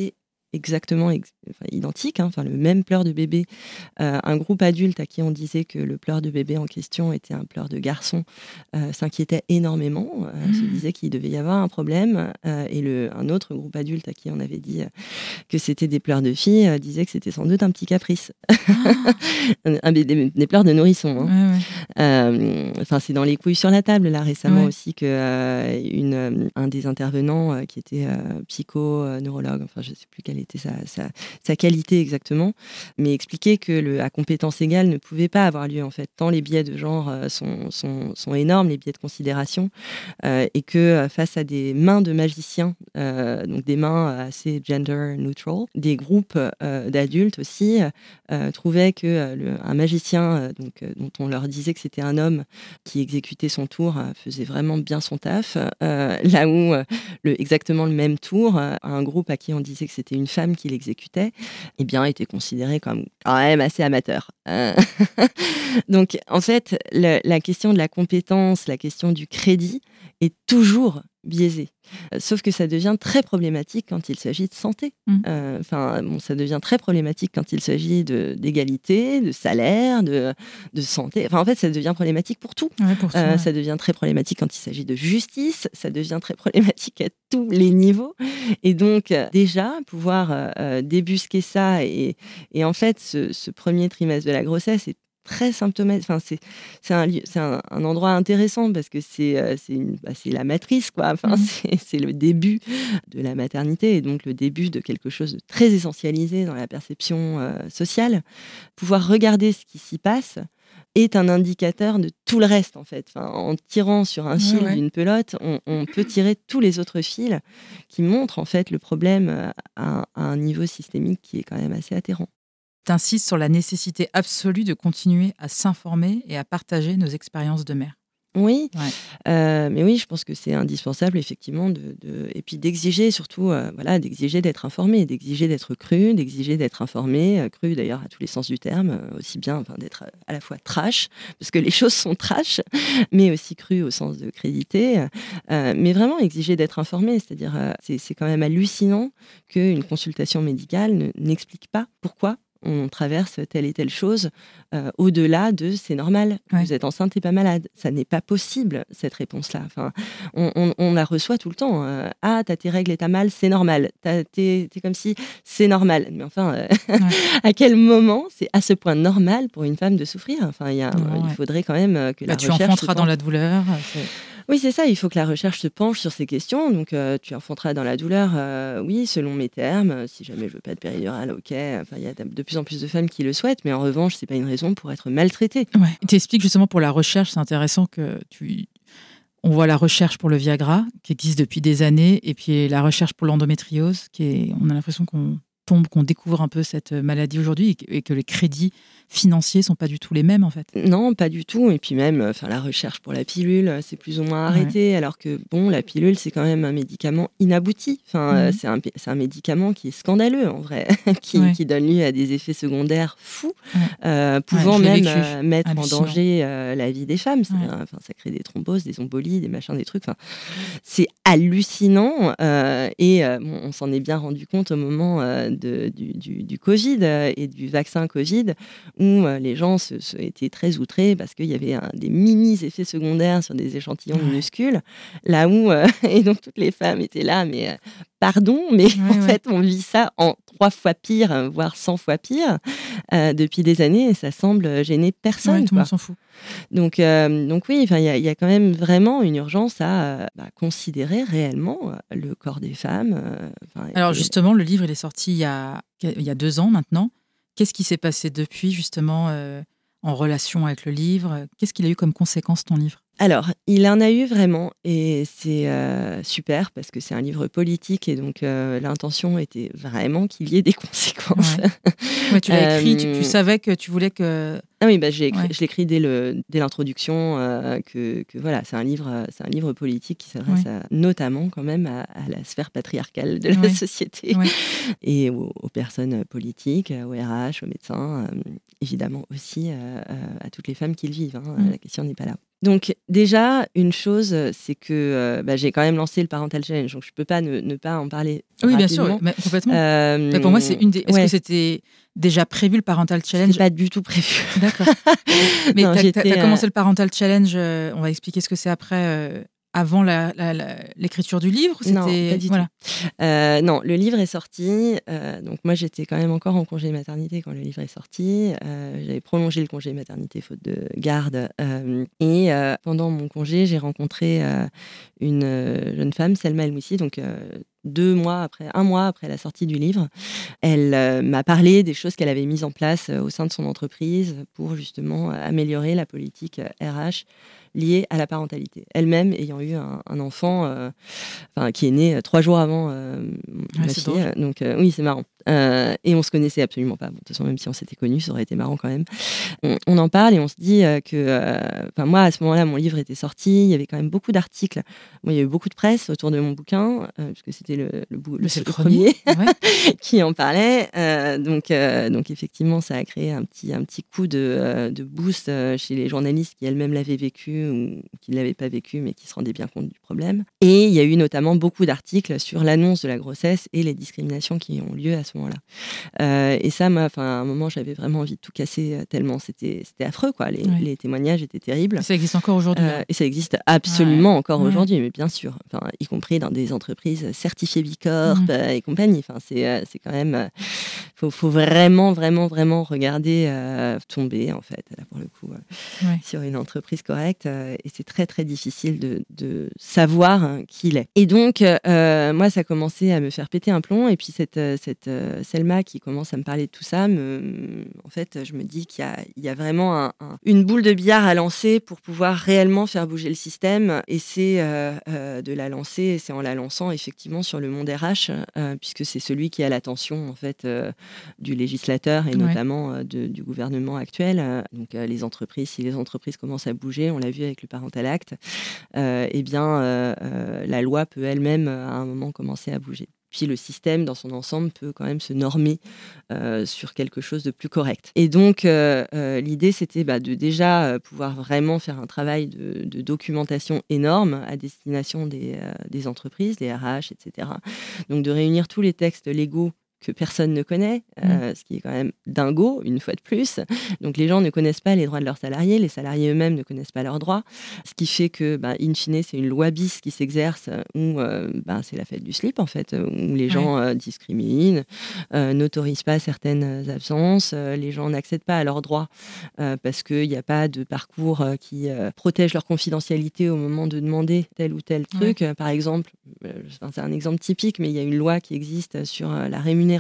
exactement ex- enfin, identiques, hein, enfin, le même pleur de bébé. Euh, un groupe adulte à qui on disait que le pleur de bébé en question était un pleur de garçon euh, s'inquiétait énormément, euh, Mmh. se disait qu'il devait y avoir un problème. Euh, et le, un autre groupe adulte à qui on avait dit euh, que c'était des pleurs de filles euh, disait que c'était sans doute un petit caprice. Ah. un, un- des, des pleurs de nourrisson. Hein. Ouais, ouais. Euh, Enfin, c'est dans les couilles sur la table là récemment Ouais. aussi que euh, une, euh, un des intervenants euh, qui était euh, psycho-neurologue, enfin je sais plus quelle était sa, sa, sa qualité exactement, mais expliquait que le à compétence égale ne pouvait pas avoir lieu en fait, tant les biais de genre euh, sont, sont, sont énormes, les biais de considération, euh, et que euh, face à des mains de magiciens, euh, donc des mains assez gender neutral, des groupes euh, d'adultes aussi euh, trouvaient que euh, le, un magicien euh, donc, euh, dont on leur disait que c'était un homme qui exécutait son tour euh, faisait vraiment bien son taf, euh, là où euh, le, exactement le même tour, euh, un groupe à qui on disait que c'était une femme qui l'exécutait, eh bien, était considéré comme quand même assez amateur. Euh, Donc, en fait, le, la question de la compétence, la question du crédit est toujours biaisée. Euh, Sauf que ça devient très problématique quand il s'agit de santé. Mm. Euh, Enfin, bon, ça devient très problématique quand il s'agit de, d'égalité, de salaire, de, de santé. Enfin, en fait, ça devient problématique pour tout. Ouais, pour Euh, ça. ça devient très problématique quand il s'agit de justice. Ça devient très problématique à tous les niveaux. Et donc, euh, déjà, pouvoir euh, euh, débusquer ça et, et en fait, ce, ce premier trimestre de la grossesse est très symptomatique. Enfin, c'est, c'est, un, lieu- c'est un, un endroit intéressant parce que c'est, euh, c'est, une, bah, c'est la matrice, quoi. Enfin, Mhm. c'est, c'est le début de la maternité et donc le début de quelque chose de très essentialisé dans la perception euh, sociale. Pouvoir regarder ce qui s'y passe est un indicateur de tout le reste, en fait. Enfin, en tirant sur un Ouais, fil ouais. d'une pelote, on, on peut tirer tous les autres fils qui montrent, en fait, le problème euh, à, à un niveau systémique qui est quand même assez atterrant. Tu insistes sur la nécessité absolue de continuer à s'informer et à partager nos expériences de mère. Oui, Ouais. euh, mais oui, je pense que c'est indispensable effectivement de, de- et puis d'exiger surtout, euh, voilà, d'exiger d'être informé, d'exiger d'être cru, d'exiger d'être informé, euh, cru d'ailleurs à tous les sens du terme, euh, aussi bien, enfin, d'être à la fois trash parce que les choses sont trash, mais aussi cru au sens de crédité, euh, mais vraiment exiger d'être informé, c'est-à-dire euh, c'est, c'est quand même hallucinant qu'une consultation médicale ne- n'explique pas pourquoi on traverse telle et telle chose euh, au-delà de c'est normal, Ouais. vous êtes enceinte et pas malade. Ça n'est pas possible, cette réponse-là. Enfin, on, on- on la reçoit tout le temps. euh, ah, t'as tes règles et t'as mal, c'est normal. T'as- T'es, t'es comme si c'est normal. Mais enfin, euh, Ouais. à quel moment c'est à ce point normal pour une femme de souffrir? Enfin, il y a, Non, il ouais. faudrait quand même euh, que Bah, la tu recherche se enfanteras dans penche. la douleur. c'est- Oui, c'est ça. Il faut que la recherche se penche sur ces questions. Donc, euh, tu enfanteras dans la douleur, euh, oui, selon mes termes. Euh, Si jamais je veux pas de péridurale, ok. Enfin, il y a de plus en plus de femmes qui le souhaitent, mais en revanche, c'est pas une raison pour être maltraitée. Ouais. Tu expliques justement pour la recherche, c'est intéressant que tu. On voit la recherche pour le Viagra, qui existe depuis des années, et puis la recherche pour l'endométriose, qui est. On a l'impression qu'on tombe, qu'on découvre un peu cette maladie aujourd'hui, et que, et que les crédits financiers sont pas du tout les mêmes en fait. Non, pas du tout. Et puis même, enfin, la recherche pour la pilule, euh, c'est plus ou moins Ouais. arrêté. Alors que bon, la pilule, c'est quand même un médicament inabouti. Enfin, euh, Mhm. c'est un, pi- c'est un médicament qui est scandaleux en vrai, qui, Ouais. qui donne lieu à des effets secondaires fous, Ouais. euh, pouvant je l'ai même vécu. euh, mettre Hallucinant. en danger euh, la vie des femmes. C'est, Ouais. enfin, ça crée des thromboses, des embolies, des machins, des trucs. Enfin, c'est hallucinant. euh, et euh, bon, on s'en est bien rendu compte au moment euh, de, du, du, du Covid euh, et du vaccin Covid, où euh, les gens se, se étaient très outrés parce qu'il y avait un- des mini effets secondaires sur des échantillons Ouais. minuscules, là où euh, et donc toutes les femmes étaient là, mais euh, pardon, mais Ouais, en ouais. fait on vit ça en trois fois pire, euh, voire cent fois pire euh, depuis des années, et ça semble gêner personne. Ouais, tout le quoi. monde s'en fout. Donc, euh, donc oui, enfin, il y, a- il y a quand même vraiment une urgence à euh, bah, considérer réellement euh, le corps des femmes. euh, enfin, Alors et- justement, le livre il est sorti il y a, il y a deux ans maintenant. Qu'est-ce qui s'est passé depuis justement euh, en relation avec le livre? Qu'est-ce qu'il a eu comme conséquence ton livre? Alors, il en a eu vraiment, et c'est euh, super parce que c'est un livre politique et donc euh, l'intention était vraiment qu'il y ait des conséquences. Ouais. Ouais, tu l'as écrit, tu, tu Euh, savais que tu voulais que. Ah oui, bah, j'ai écrit, Ouais. je l'écris dès, le, dès l'introduction, euh, que, que voilà, c'est un livre, euh, c'est un livre politique qui s'adresse Ouais. à- notamment quand même à, à la sphère patriarcale de la Ouais. société Ouais. et aux, aux personnes politiques, aux R H, aux médecins, euh, évidemment aussi euh, euh, à toutes les femmes qui le vivent. hein, Mm. La question n'est pas là. Donc déjà, une chose, c'est que euh, bah, j'ai quand même lancé le Parental Challenge, donc je peux pas ne, ne pas en parler. Oui, rapidement. bien sûr, mais complètement. Euh, mais pour moi, c'est une des. Est-ce ouais. que c'était déjà prévu le Parental Challenge? C'est pas du tout prévu. D'accord. Mais non, t'as, j'étais, t'as, t'as commencé euh... le Parental Challenge. Euh, on va expliquer ce que c'est après. Euh, avant la, la, la, l'écriture du livre, c'était... Non, pas du voilà. tout. Euh, non, le livre est sorti. Euh, donc moi, j'étais quand même encore en congé maternité quand le livre est sorti. Euh, j'avais prolongé le congé maternité faute de garde. Euh, et euh, pendant mon congé, j'ai rencontré euh, une euh, jeune femme, Selma El Moussi, donc euh, deux mois après, un mois après la sortie du livre. Elle euh, m'a parlé des choses qu'elle avait mises en place euh, au sein de son entreprise pour justement améliorer la politique euh, R H liée à la parentalité. Elle-même ayant eu un, un enfant euh, qui est né euh, trois jours avant euh, ouais, ma fille. Drôle. Donc euh, oui, c'est marrant. Euh, et on se connaissait absolument pas. Bon, de toute façon, même si on s'était connus, ça aurait été marrant quand même. On, on en parle et on se dit euh, que, euh, moi, à ce moment-là, mon livre était sorti. Il y avait quand même beaucoup d'articles. Moi, il y a eu beaucoup de presse autour de mon bouquin, euh, puisque c'était le, le, le, le, le premier, premier ouais. qui en parlait. Euh, donc, euh, donc, effectivement, ça a créé un petit, un petit coup de, euh, de boost euh, chez les journalistes qui elles-mêmes l'avaient vécu ou qui ne l'avaient pas vécu, mais qui se rendaient bien compte du problème. Et il y a eu notamment beaucoup d'articles sur l'annonce de la grossesse et les discriminations qui ont lieu à ce moment-là. Euh, et ça, moi, à un moment, j'avais vraiment envie de tout casser tellement c'était, c'était affreux, quoi. Les, ouais. les témoignages étaient terribles. Et ça existe encore aujourd'hui. Euh, et ça existe absolument ouais. encore ouais. aujourd'hui, mais bien sûr, enfin, y compris dans des entreprises certifiées Bicorp mmh. euh, et compagnie. Enfin, c'est, euh, c'est quand même... Il faut, faut vraiment, vraiment, vraiment regarder euh, tomber, en fait, là, pour le coup, euh, ouais. sur une entreprise correcte. Euh, et c'est très, très difficile de, de savoir hein, qui il est. Et donc, euh, moi, ça a commencé à me faire péter un plomb. Et puis, cette, cette euh, Selma qui commence à me parler de tout ça, me, en fait, je me dis qu'il y a, il y a vraiment un, un, une boule de billard à lancer pour pouvoir réellement faire bouger le système. Et c'est euh, euh, de la lancer, et c'est en la lançant, effectivement, sur le monde R H, euh, puisque c'est celui qui a l'attention, en fait, euh, du législateur et ouais. notamment euh, de, du gouvernement actuel. Donc, euh, les entreprises, si les entreprises commencent à bouger, on l'a vu avec le Parental Act, euh, eh bien, euh, euh, la loi peut elle-même, à un moment, commencer à bouger. Puis le système, dans son ensemble, peut quand même se normer euh, sur quelque chose de plus correct. Et donc, euh, euh, l'idée, c'était bah, de déjà euh, pouvoir vraiment faire un travail de, de documentation énorme à destination des, euh, des entreprises, des R H, et cetera. Donc, de réunir tous les textes légaux que personne ne connaît, euh, mmh. ce qui est quand même dingo, une fois de plus. Donc, les gens ne connaissent pas les droits de leurs salariés, les salariés eux-mêmes ne connaissent pas leurs droits, ce qui fait que, bah, in fine, c'est une loi bis qui s'exerce où euh, bah, c'est la fête du slip, en fait, où les gens ouais. euh, discriminent, euh, n'autorisent pas certaines absences, euh, les gens n'accèdent pas à leurs droits euh, parce qu'il n'y a pas de parcours euh, qui euh, protège leur confidentialité au moment de demander tel ou tel truc. Ouais. Par exemple, euh, c'est un exemple typique, mais il y a une loi qui existe sur euh, la rémunération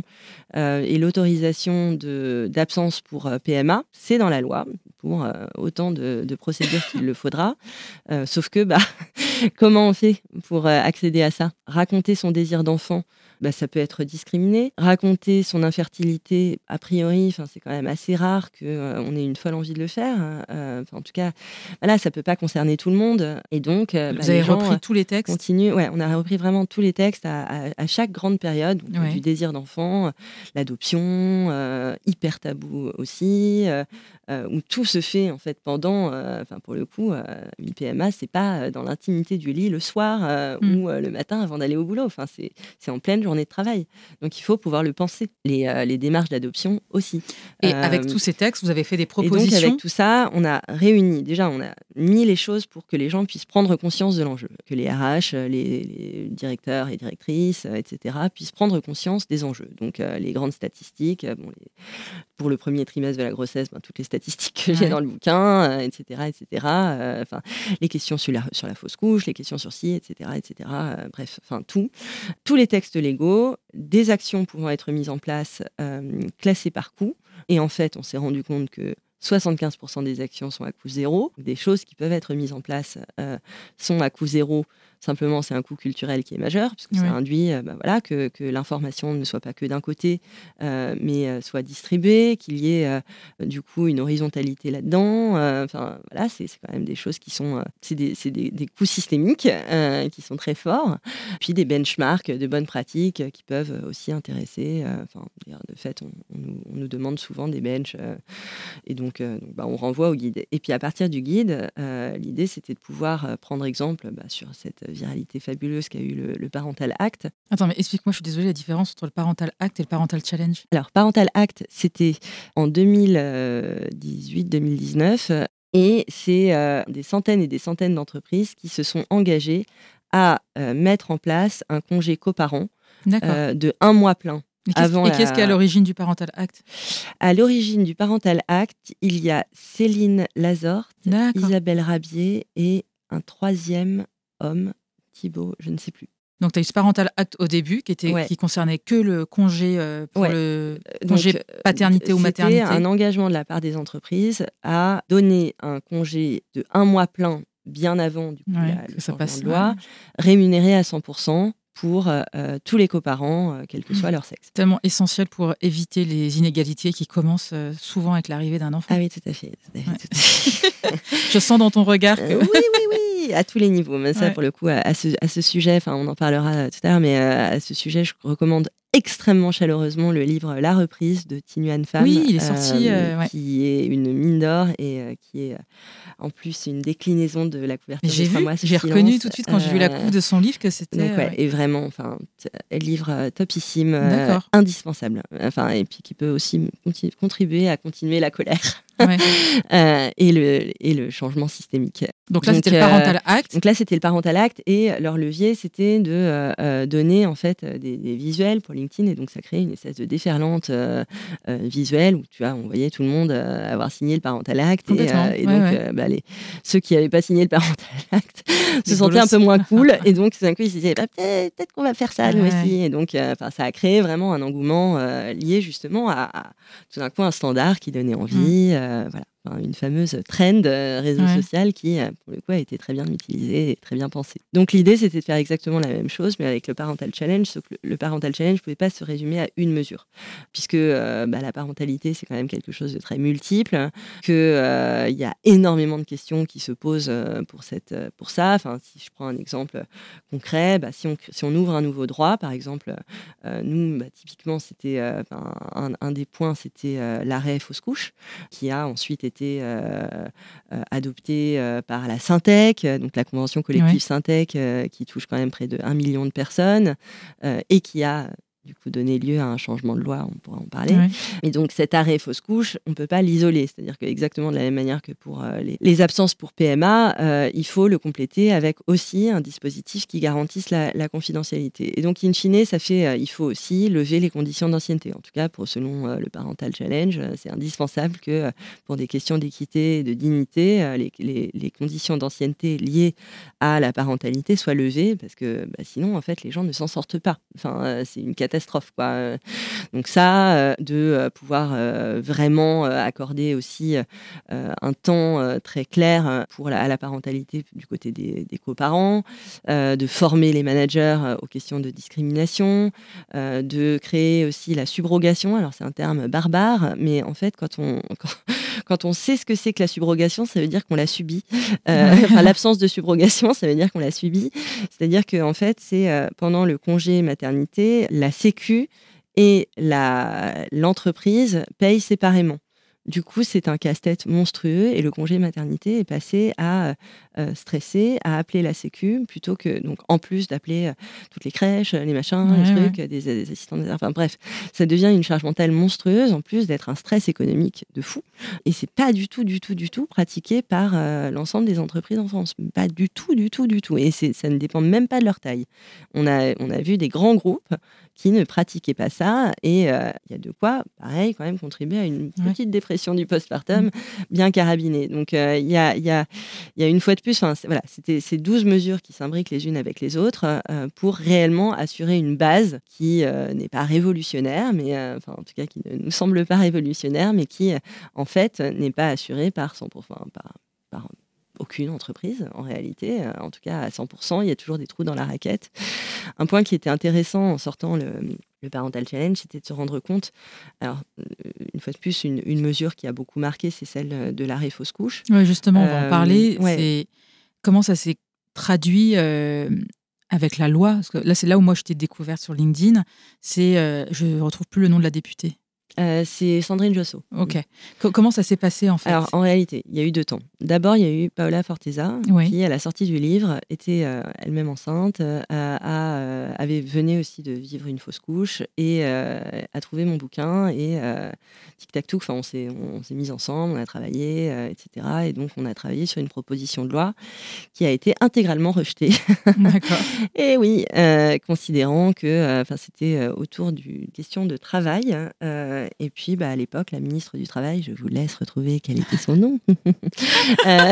Euh, et l'autorisation de, d'absence pour euh, P M A, c'est dans la loi, pour euh, autant de, de procédures qu'il le faudra. Euh, sauf que, bah, comment on fait pour euh, accéder à ça ? Raconter son désir d'enfant, bah, ça peut être discriminé. Raconter son infertilité, a priori, c'est quand même assez rare qu'on euh, ait une folle envie de le faire. Euh, en tout cas, voilà, ça ne peut pas concerner tout le monde. Et donc, euh, Vous bah, avez les gens repris tous les textes continuent, ouais, on a repris vraiment tous les textes à, à, à chaque grande période, donc, ouais. du désir d'enfant, l'adoption, euh, hyper tabou aussi, euh, euh, où tout se fait en fait pendant, euh, enfin pour le coup, euh, une P M A, c'est pas dans l'intimité du lit le soir euh, mm. ou euh, le matin avant d'aller au boulot. Enfin, c'est, c'est en pleine journée de travail. Donc il faut pouvoir le penser. Les, euh, les démarches d'adoption aussi. Et euh, avec tous ces textes, vous avez fait des propositions. Et donc avec tout ça, on a réuni. Déjà, on a mis les choses pour que les gens puissent prendre conscience de l'enjeu, que les R H, les, les directeurs et directrices, et cetera, puissent prendre conscience des enjeux. Donc euh, les grandes statistiques, bon, les, pour le premier trimestre de la grossesse, ben, toutes les statistiques que ouais. j'ai dans le bouquin, euh, et cetera, et cetera. Euh, enfin, les questions sur la, sur la fausse couche, les questions sur ci, et cetera, et cetera. Euh, bref, enfin tout, tous les textes légaux, des actions pouvant être mises en place, euh, classées par coût. Et en fait, on s'est rendu compte que soixante-quinze pour cent des actions sont à coût zéro. Des choses qui peuvent être mises en place euh, sont à coût zéro. Simplement, c'est un coût culturel qui est majeur, puisque ouais. ça induit euh, bah, voilà, que, que l'information ne soit pas que d'un côté, euh, mais euh, soit distribuée, qu'il y ait euh, du coup une horizontalité là-dedans. Enfin, euh, voilà, c'est, c'est quand même des choses qui sont... Euh, c'est des, c'est des, des coûts systémiques euh, qui sont très forts. Puis des benchmarks de bonnes pratiques qui peuvent aussi intéresser. Enfin, de fait, on, on, nous, on nous demande souvent des benches. Euh, et donc, Donc, euh, donc bah, on renvoie au guide. Et puis à partir du guide, euh, l'idée c'était de pouvoir prendre exemple bah, sur cette viralité fabuleuse qu'a eu le, le Parental Act. Attends, mais explique-moi, je suis désolée, la différence entre le Parental Act et le Parental Challenge. Alors, Parental Act, c'était en deux mille dix-huit deux mille dix-neuf et c'est euh, des centaines et des centaines d'entreprises qui se sont engagées à euh, mettre en place un congé coparent euh, de un mois plein. Et qu'est-ce, avant et qu'est-ce la... qui est à l'origine du Parental Act ? À l'origine du Parental Act, il y a Céline Lazorte, D'accord. Isabelle Rabier et un troisième homme, Thibaut, je ne sais plus. Donc, tu as eu ce Parental Act au début, qui, était, ouais. qui concernait que le congé euh, pour ouais. le congé Donc, paternité ou maternité. C'était un engagement de la part des entreprises à donner un congé de un mois plein bien avant du coup, ouais, la, le changement passe, de loi, ouais. rémunéré à cent pour cent pour euh, tous les coparents, euh, quel que soit leur sexe. Tellement essentiel pour éviter les inégalités qui commencent euh, souvent avec l'arrivée d'un enfant. Ah oui, tout à fait. Tout à fait, ouais. tout à fait. Je sens dans ton regard que... Euh, oui, oui, oui, à tous les niveaux. Mais ça, ouais. pour le coup, à, à, ce, à ce sujet, on en parlera tout à l'heure, mais euh, à ce sujet, je recommande extrêmement chaleureusement le livre La Reprise de Tinuan Pham. Oui, il est sorti. Euh, ouais. Qui est une mine d'or et euh, qui est... Euh, en plus une déclinaison de la couverture j'ai de vu, mois j'ai reconnu tout de suite quand euh, j'ai vu la couve de son livre que c'était donc, ouais, ouais. et vraiment enfin t- livre euh, topissime euh, indispensable enfin et puis qui peut aussi continu- contribuer à continuer la colère ouais. euh, et le et le changement systémique. Donc là donc, c'était euh, le Parental Act. Donc là c'était le Parental Act et leur levier c'était de euh, donner en fait des, des visuels pour LinkedIn et donc ça crée une espèce de déferlante euh, euh, visuelle où tu vois on voyait tout le monde euh, avoir signé le Parental Act et, euh, et donc ouais, ouais. bah, les, ceux qui n'avaient pas signé le Parental Act se les sentaient un peu moins cool et donc tout d'un coup ils se disaient bah, peut-être, peut-être qu'on va faire ça nous ouais. aussi et donc euh, ça a créé vraiment un engouement euh, lié justement à, à tout d'un coup un standard qui donnait envie mmh. euh, voilà une fameuse trend euh, réseau ouais. social qui, euh, pour le coup, a été très bien utilisée et très bien pensée. Donc l'idée, c'était de faire exactement la même chose, mais avec le Parental Challenge, sauf que le Parental Challenge ne pouvait pas se résumer à une mesure, puisque euh, bah, la parentalité, c'est quand même quelque chose de très multiple, qu'il euh, y a énormément de questions qui se posent euh, pour, cette, pour ça. Enfin, si je prends un exemple concret, bah, si, on, si on ouvre un nouveau droit, par exemple, euh, nous, bah, typiquement, c'était euh, un, un des points, c'était euh, l'arrêt fausse couche, qui a ensuite été été euh, euh, adopté euh, par la Syntec, donc la convention collective ouais. Syntec, euh, qui touche quand même près de un million de personnes euh, et qui a du coup donné lieu à un changement de loi, on pourra en parler. Ouais. Et donc cet arrêt fausse couche, on ne peut pas l'isoler, c'est-à-dire que exactement de la même manière que pour euh, les, les absences pour P M A, euh, il faut le compléter avec aussi un dispositif qui garantisse la, la confidentialité. Et donc in fine, ça fait, euh, il faut aussi lever les conditions d'ancienneté. En tout cas, pour selon euh, le Parental Challenge, euh, c'est indispensable que euh, pour des questions d'équité et de dignité, euh, les, les, les conditions d'ancienneté liées à la parentalité soient levées, parce que bah, sinon, en fait, les gens ne s'en sortent pas. Enfin, euh, c'est une catastrophe. Catastrophe, quoi. Donc ça, euh, de euh, pouvoir euh, vraiment euh, accorder aussi euh, un temps euh, très clair pour la, à la parentalité du côté des, des coparents, euh, de former les managers euh, aux questions de discrimination, euh, de créer aussi la subrogation. Alors c'est un terme barbare, mais en fait, quand on, quand, quand on sait ce que c'est que la subrogation, ça veut dire qu'on l'a subi. Euh, enfin, l'absence de subrogation, ça veut dire qu'on l'a subi. C'est-à-dire que en fait, c'est euh, pendant le congé maternité, la Sécu et la, l'entreprise payent séparément. Du coup, c'est un casse-tête monstrueux et le congé maternité est passé à euh, stresser, à appeler la Sécu plutôt que, donc, en plus d'appeler euh, toutes les crèches, les machins, ouais, les trucs, ouais. des, des assistants, des... enfin bref, ça devient une charge mentale monstrueuse en plus d'être un stress économique de fou. Et c'est pas du tout, du tout, du tout pratiqué par euh, l'ensemble des entreprises en France. Pas du tout, du tout, du tout. Et c'est, ça ne dépend même pas de leur taille. On a, on a vu des grands groupes qui ne pratiquaient pas ça et il euh, y a de quoi, pareil, quand même contribuer à une petite ouais. dépression du postpartum bien carabinée. Donc il euh, y, a, y, a, y a une fois de plus, c'est, voilà, c'était ces douze mesures qui s'imbriquent les unes avec les autres euh, pour réellement assurer une base qui euh, n'est pas révolutionnaire, mais euh, enfin, en tout cas qui ne nous semble pas révolutionnaire, mais qui en fait n'est pas assurée par cent pour cent, enfin, par, par aucune entreprise, en réalité. Euh, en tout cas, à cent pour cent, il y a toujours des trous dans la raquette. Un point qui était intéressant en sortant le, le Parental Challenge, c'était de se rendre compte, alors, une fois de plus, une, une mesure qui a beaucoup marqué, c'est celle de l'arrêt fausse couche. Oui, justement, on va euh, en parler. Ouais. C'est comment ça s'est traduit euh, avec la loi. Parce que là, c'est là où moi, je t'ai découverte sur LinkedIn. C'est, euh, je ne retrouve plus le nom de la députée. Euh, c'est Sandrine Josso. Ok. C- comment ça s'est passé en fait? Alors, en réalité, il y a eu deux temps. D'abord, il y a eu Paola Forteza, Oui. qui, à la sortie du livre, était euh, elle-même enceinte, euh, a, euh, avait venait aussi de vivre une fausse couche et euh, a trouvé mon bouquin et euh, tic-tac-touc, on s'est, on, on s'est mis ensemble, on a travaillé, euh, et cetera. Et donc, on a travaillé sur une proposition de loi qui a été intégralement rejetée. D'accord. Et oui, euh, considérant que euh, c'était euh, autour d'une question de travail. Euh, et puis, bah, à l'époque, la ministre du Travail, je vous laisse retrouver quel était son nom. euh, euh,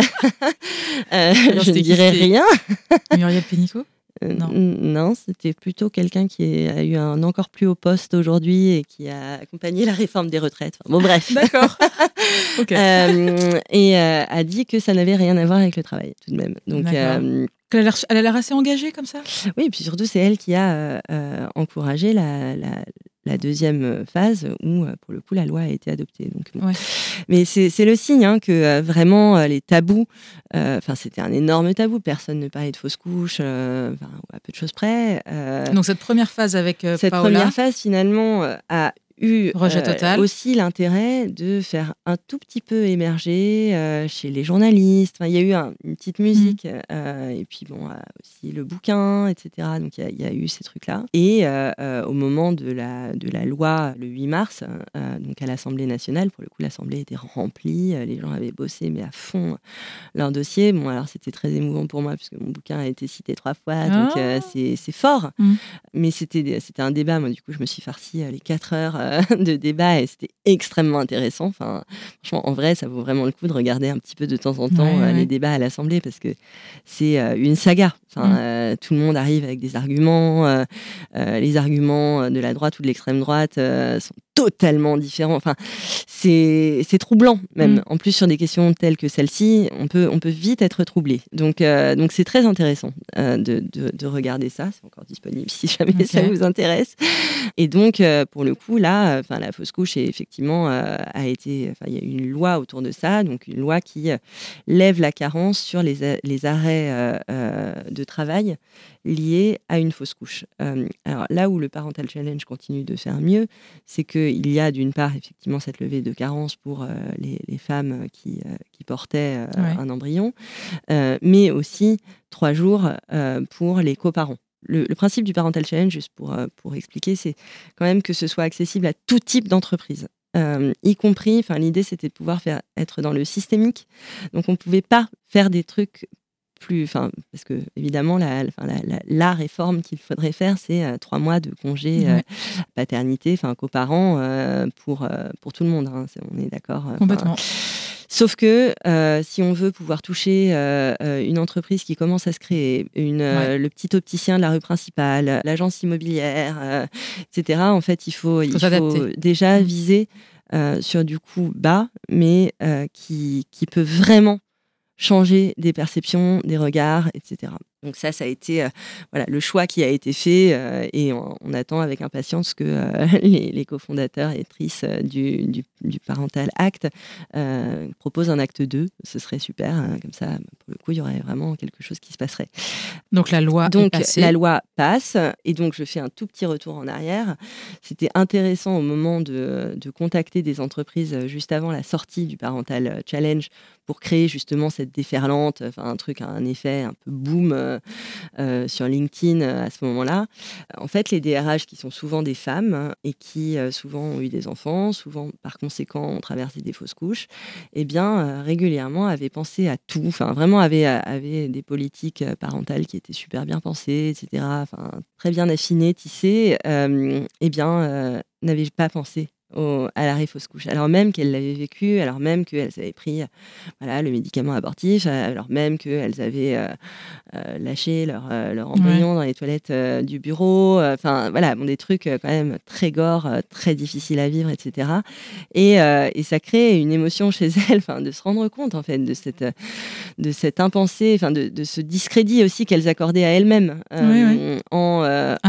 Alors, je ne c'était qui, dirai c'était rien. Muriel Pénicaud? Euh, Non. n- non, c'était plutôt quelqu'un qui est- a eu un encore plus haut poste aujourd'hui et qui a accompagné la réforme des retraites. Enfin, bon, bref. D'accord. Ok. Euh, et euh, a dit que ça n'avait rien à voir avec le travail, tout de même. Donc, D'accord. euh, Elle a l'air, elle a l'air assez engagée comme ça? oui, et puis surtout, c'est elle qui a euh, euh, encouragé la, la, la deuxième phase où, euh, pour le coup, la loi a été adoptée. Donc, bon. Ouais. Mais c'est, c'est le signe hein, que euh, vraiment, euh, les tabous, enfin, c'était un énorme tabou. Personne ne parlait de fausses couches, euh, à peu de choses près. Euh, Donc cette première phase avec euh, cette Paola. première phase, finalement, euh, a eu Rejet total. aussi l'intérêt de faire un tout petit peu émerger euh, chez les journalistes. Enfin, il y a eu un, une petite musique, mmh. euh, et puis bon, euh, aussi le bouquin, et cetera. Donc il y, y a eu ces trucs-là. Et euh, euh, au moment de la, de la loi, le huit mars, euh, donc à l'Assemblée nationale, pour le coup, l'Assemblée était remplie. Les gens avaient bossé, mais à fond, leur dossier. Bon, alors c'était très émouvant pour moi, puisque mon bouquin a été cité trois fois, donc ah. euh, c'est, c'est fort. Mmh. Mais c'était, c'était un débat. Moi, du coup, je me suis farcie les quatre heures de débat et c'était extrêmement intéressant. Enfin, franchement, en vrai, ça vaut vraiment le coup de regarder un petit peu de temps en temps ouais, euh, ouais. les débats à l'Assemblée parce que c'est euh, une saga. Enfin, mmh. euh, tout le monde arrive avec des arguments. Euh, euh, les arguments de la droite ou de l'extrême droite euh, sont totalement différents. Enfin, c'est, c'est troublant même. Mmh. En plus, sur des questions telles que celle-ci, on peut, on peut vite être troublé. Donc, euh, donc c'est très intéressant euh, de, de, de regarder ça. C'est encore disponible si jamais okay. ça vous intéresse. Et donc, euh, pour le coup, là, enfin, la fausse couche est effectivement euh, a été. Enfin, il y a eu une loi autour de ça, donc une loi qui euh, lève la carence sur les, les arrêts euh, euh, de travail liés à une fausse couche. Euh, alors là où le Parental Challenge continue de faire mieux, c'est qu'il y a d'une part effectivement cette levée de carence pour euh, les, les femmes qui, euh, qui portaient euh, ouais. un embryon, euh, mais aussi trois jours euh, pour les coparents. Le, le principe du Parental Challenge, juste pour, euh, pour expliquer, c'est quand même que ce soit accessible à tout type d'entreprise. Euh, y compris, enfin l'idée c'était de pouvoir faire, être dans le systémique, donc on ne pouvait pas faire des trucs plus, enfin parce que évidemment la, la, la, la réforme qu'il faudrait faire c'est euh, trois mois de congé euh, ouais. paternité, enfin coparents euh, pour euh, pour tout le monde, hein, c'est, on est d'accord. Complètement. Sauf que euh, si on veut pouvoir toucher euh, une entreprise qui commence à se créer, une, ouais. euh, le petit opticien de la rue principale, l'agence immobilière, euh, et cetera, en fait, il faut, faut, il faut déjà mmh. viser euh, sur du coût bas, mais euh, qui, qui peut vraiment changer des perceptions, des regards, et cetera. Donc ça, ça a été euh, voilà, le choix qui a été fait euh, et on, on attend avec impatience que euh, les, les cofondateurs et actrices euh, du, du, du Parental Act euh, proposent un acte deux. Ce serait super. Hein, comme ça, pour le coup, il y aurait vraiment quelque chose qui se passerait. Donc la loi donc, est passée. La loi passe et donc je fais un tout petit retour en arrière. C'était intéressant au moment de, de contacter des entreprises juste avant la sortie du Parental Challenge pour créer justement cette déferlante, enfin un truc, un effet un peu boom euh, euh, sur LinkedIn euh, à ce moment-là. En fait, les D R H qui sont souvent des femmes et qui euh, souvent ont eu des enfants, souvent par conséquent ont traversé des fausses couches, eh bien euh, régulièrement avaient pensé à tout, enfin vraiment avaient, avaient des politiques parentales qui étaient super bien pensées, et cetera. Enfin très bien affinées, tissées, euh, eh bien euh, n'avaient pas pensé Au, à l'arrêt fausse couche, alors même qu'elles l'avaient vécu, alors même qu'elles avaient pris voilà, le médicament abortif, alors même qu'elles avaient euh, euh, lâché leur, euh, leur embryon ouais. dans les toilettes euh, du bureau, enfin euh, voilà, bon, des trucs euh, quand même très gore, euh, très difficiles à vivre, et cetera. Et, euh, et ça crée une émotion chez elles, de se rendre compte en fait de cette, de cette impensée, de, de ce discrédit aussi qu'elles accordaient à elles-mêmes euh, oui, oui. en, euh, un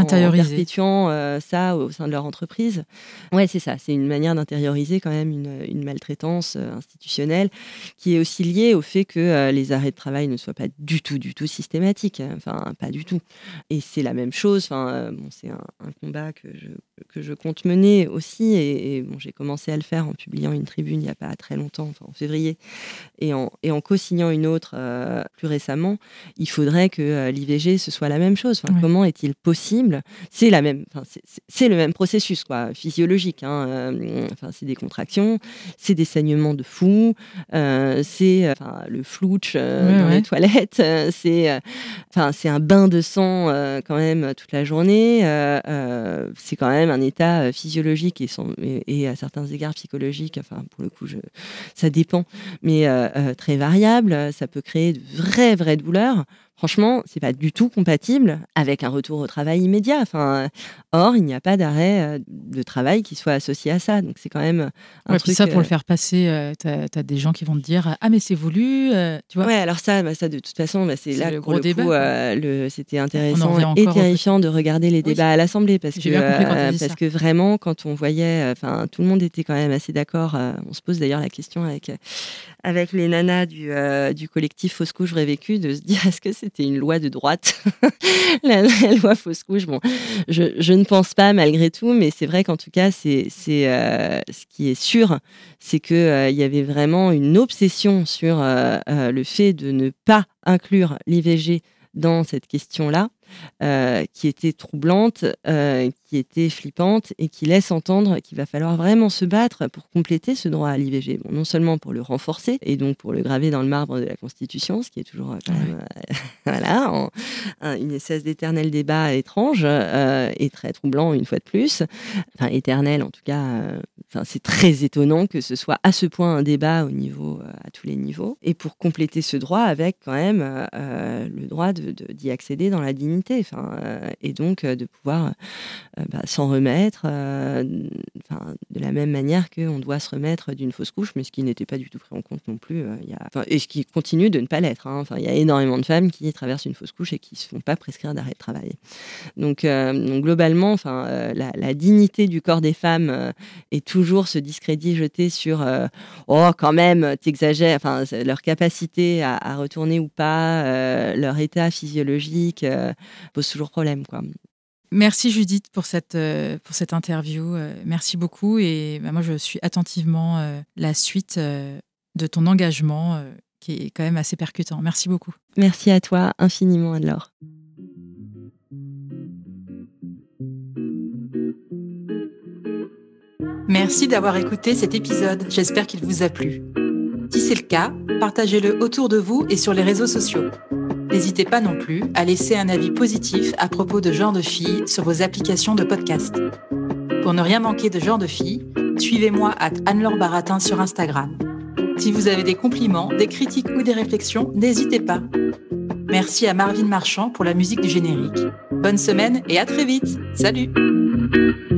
Intérioriser. en perpétuant euh, ça au sein de leur entreprise. Ouais, c'est ça. C'est une manière d'intérioriser quand même une, une maltraitance euh, institutionnelle qui est aussi liée au fait que euh, les arrêts de travail ne soient pas du tout, du tout systématiques. Enfin, pas du tout. Et c'est la même chose. Enfin, euh, bon, c'est un, un combat que je, que je compte mener aussi. Et, et bon, j'ai commencé à le faire en publiant une tribune il n'y a pas très longtemps, enfin, en février, et en, et en co-signant une autre euh, plus récemment. Il faudrait que euh, l'I V G, ce soit la même chose. Enfin, ouais. Comment est-il possible ? C'est la même, enfin, c'est, c'est le même processus, quoi, physiologique. Hein, euh, enfin, c'est des contractions, c'est des saignements de fou, euh, c'est enfin, le flouch euh, ouais, dans ouais. les toilettes, euh, c'est, euh, enfin, c'est un bain de sang euh, quand même toute la journée. Euh, euh, c'est quand même un état physiologique et, sans, et, et à certains égards psychologiques. Enfin, pour le coup, je, ça dépend, mais euh, euh, très variable. Ça peut créer de vraies, vraies douleurs. Franchement, c'est pas du tout compatible avec un retour au travail immédiat. Enfin, or, il n'y a pas d'arrêt de travail qui soit associé à ça. Donc, c'est quand même un ouais, truc. Puis ça, pour euh... le faire passer, euh, t'as, t'as des gens qui vont te dire ah mais c'est voulu, euh, tu vois. Ouais, alors ça, bah, ça de toute façon, bah, c'est, c'est là le pour gros le débat, coup, euh, le, c'était intéressant et terrifiant de regarder les débats oui. à l'Assemblée parce J'ai que bien compris quand euh, parce ça. que vraiment, quand on voyait, enfin, euh, tout le monde était quand même assez d'accord. Euh, on se pose d'ailleurs la question avec avec les nanas du euh, du collectif Fausse couche vraie vécu de se dire est-ce que c'était une loi de droite la, la loi fausse couche. Bon, je, je ne pense pas malgré tout, mais c'est vrai qu'en tout cas, c'est, c'est euh, ce qui est sûr, c'est qu'il euh, y avait vraiment une obsession sur euh, euh, le fait de ne pas inclure l'I V G dans cette question-là, euh, qui était troublante, euh, qui était flippante et qui laisse entendre qu'il va falloir vraiment se battre pour compléter ce droit à l'I V G. Bon, non seulement pour le renforcer et donc pour le graver dans le marbre de la Constitution, ce qui est toujours quand même euh, voilà, en, un, une espèce d'éternel débat étrange euh, et très troublant une fois de plus. Enfin, éternel en tout cas. Euh, enfin, c'est très étonnant que ce soit à ce point un débat au niveau, euh, à tous les niveaux. Et pour compléter ce droit avec quand même euh, le droit de, de, d'y accéder dans la dignité. Enfin, euh, et donc euh, de pouvoir euh, bah, s'en remettre euh, de la même manière qu'on doit se remettre d'une fausse couche, mais ce qui n'était pas du tout pris en compte non plus. Euh, y a, et ce qui continue de ne pas l'être. Hein. Enfin, il y a énormément de femmes qui traversent une fausse couche et qui ne se font pas prescrire d'arrêt de travail. Donc, euh, donc globalement, enfin, euh, la, la dignité du corps des femmes euh, est toujours ce discrédit jeté sur euh, « oh, quand même, t'exagères », enfin, leur capacité à, à retourner ou pas, euh, leur état physiologique euh, pose toujours problème, quoi. Merci Judith pour cette, euh, pour cette interview. Euh, merci beaucoup. Et bah, moi, je suis attentivement euh, la suite euh, de ton engagement euh, qui est quand même assez percutant. Merci beaucoup. Merci à toi infiniment, Anne-Laure. Merci d'avoir écouté cet épisode. J'espère qu'il vous a plu. Si c'est le cas, partagez-le autour de vous et sur les réseaux sociaux. N'hésitez pas non plus à laisser un avis positif à propos de Genre de Filles sur vos applications de podcast. Pour ne rien manquer de Genre de Filles, suivez-moi à Anne-Laure Baratin sur Instagram. Si vous avez des compliments, des critiques ou des réflexions, n'hésitez pas. Merci à Marvin Marchand pour la musique du générique. Bonne semaine et à très vite. Salut!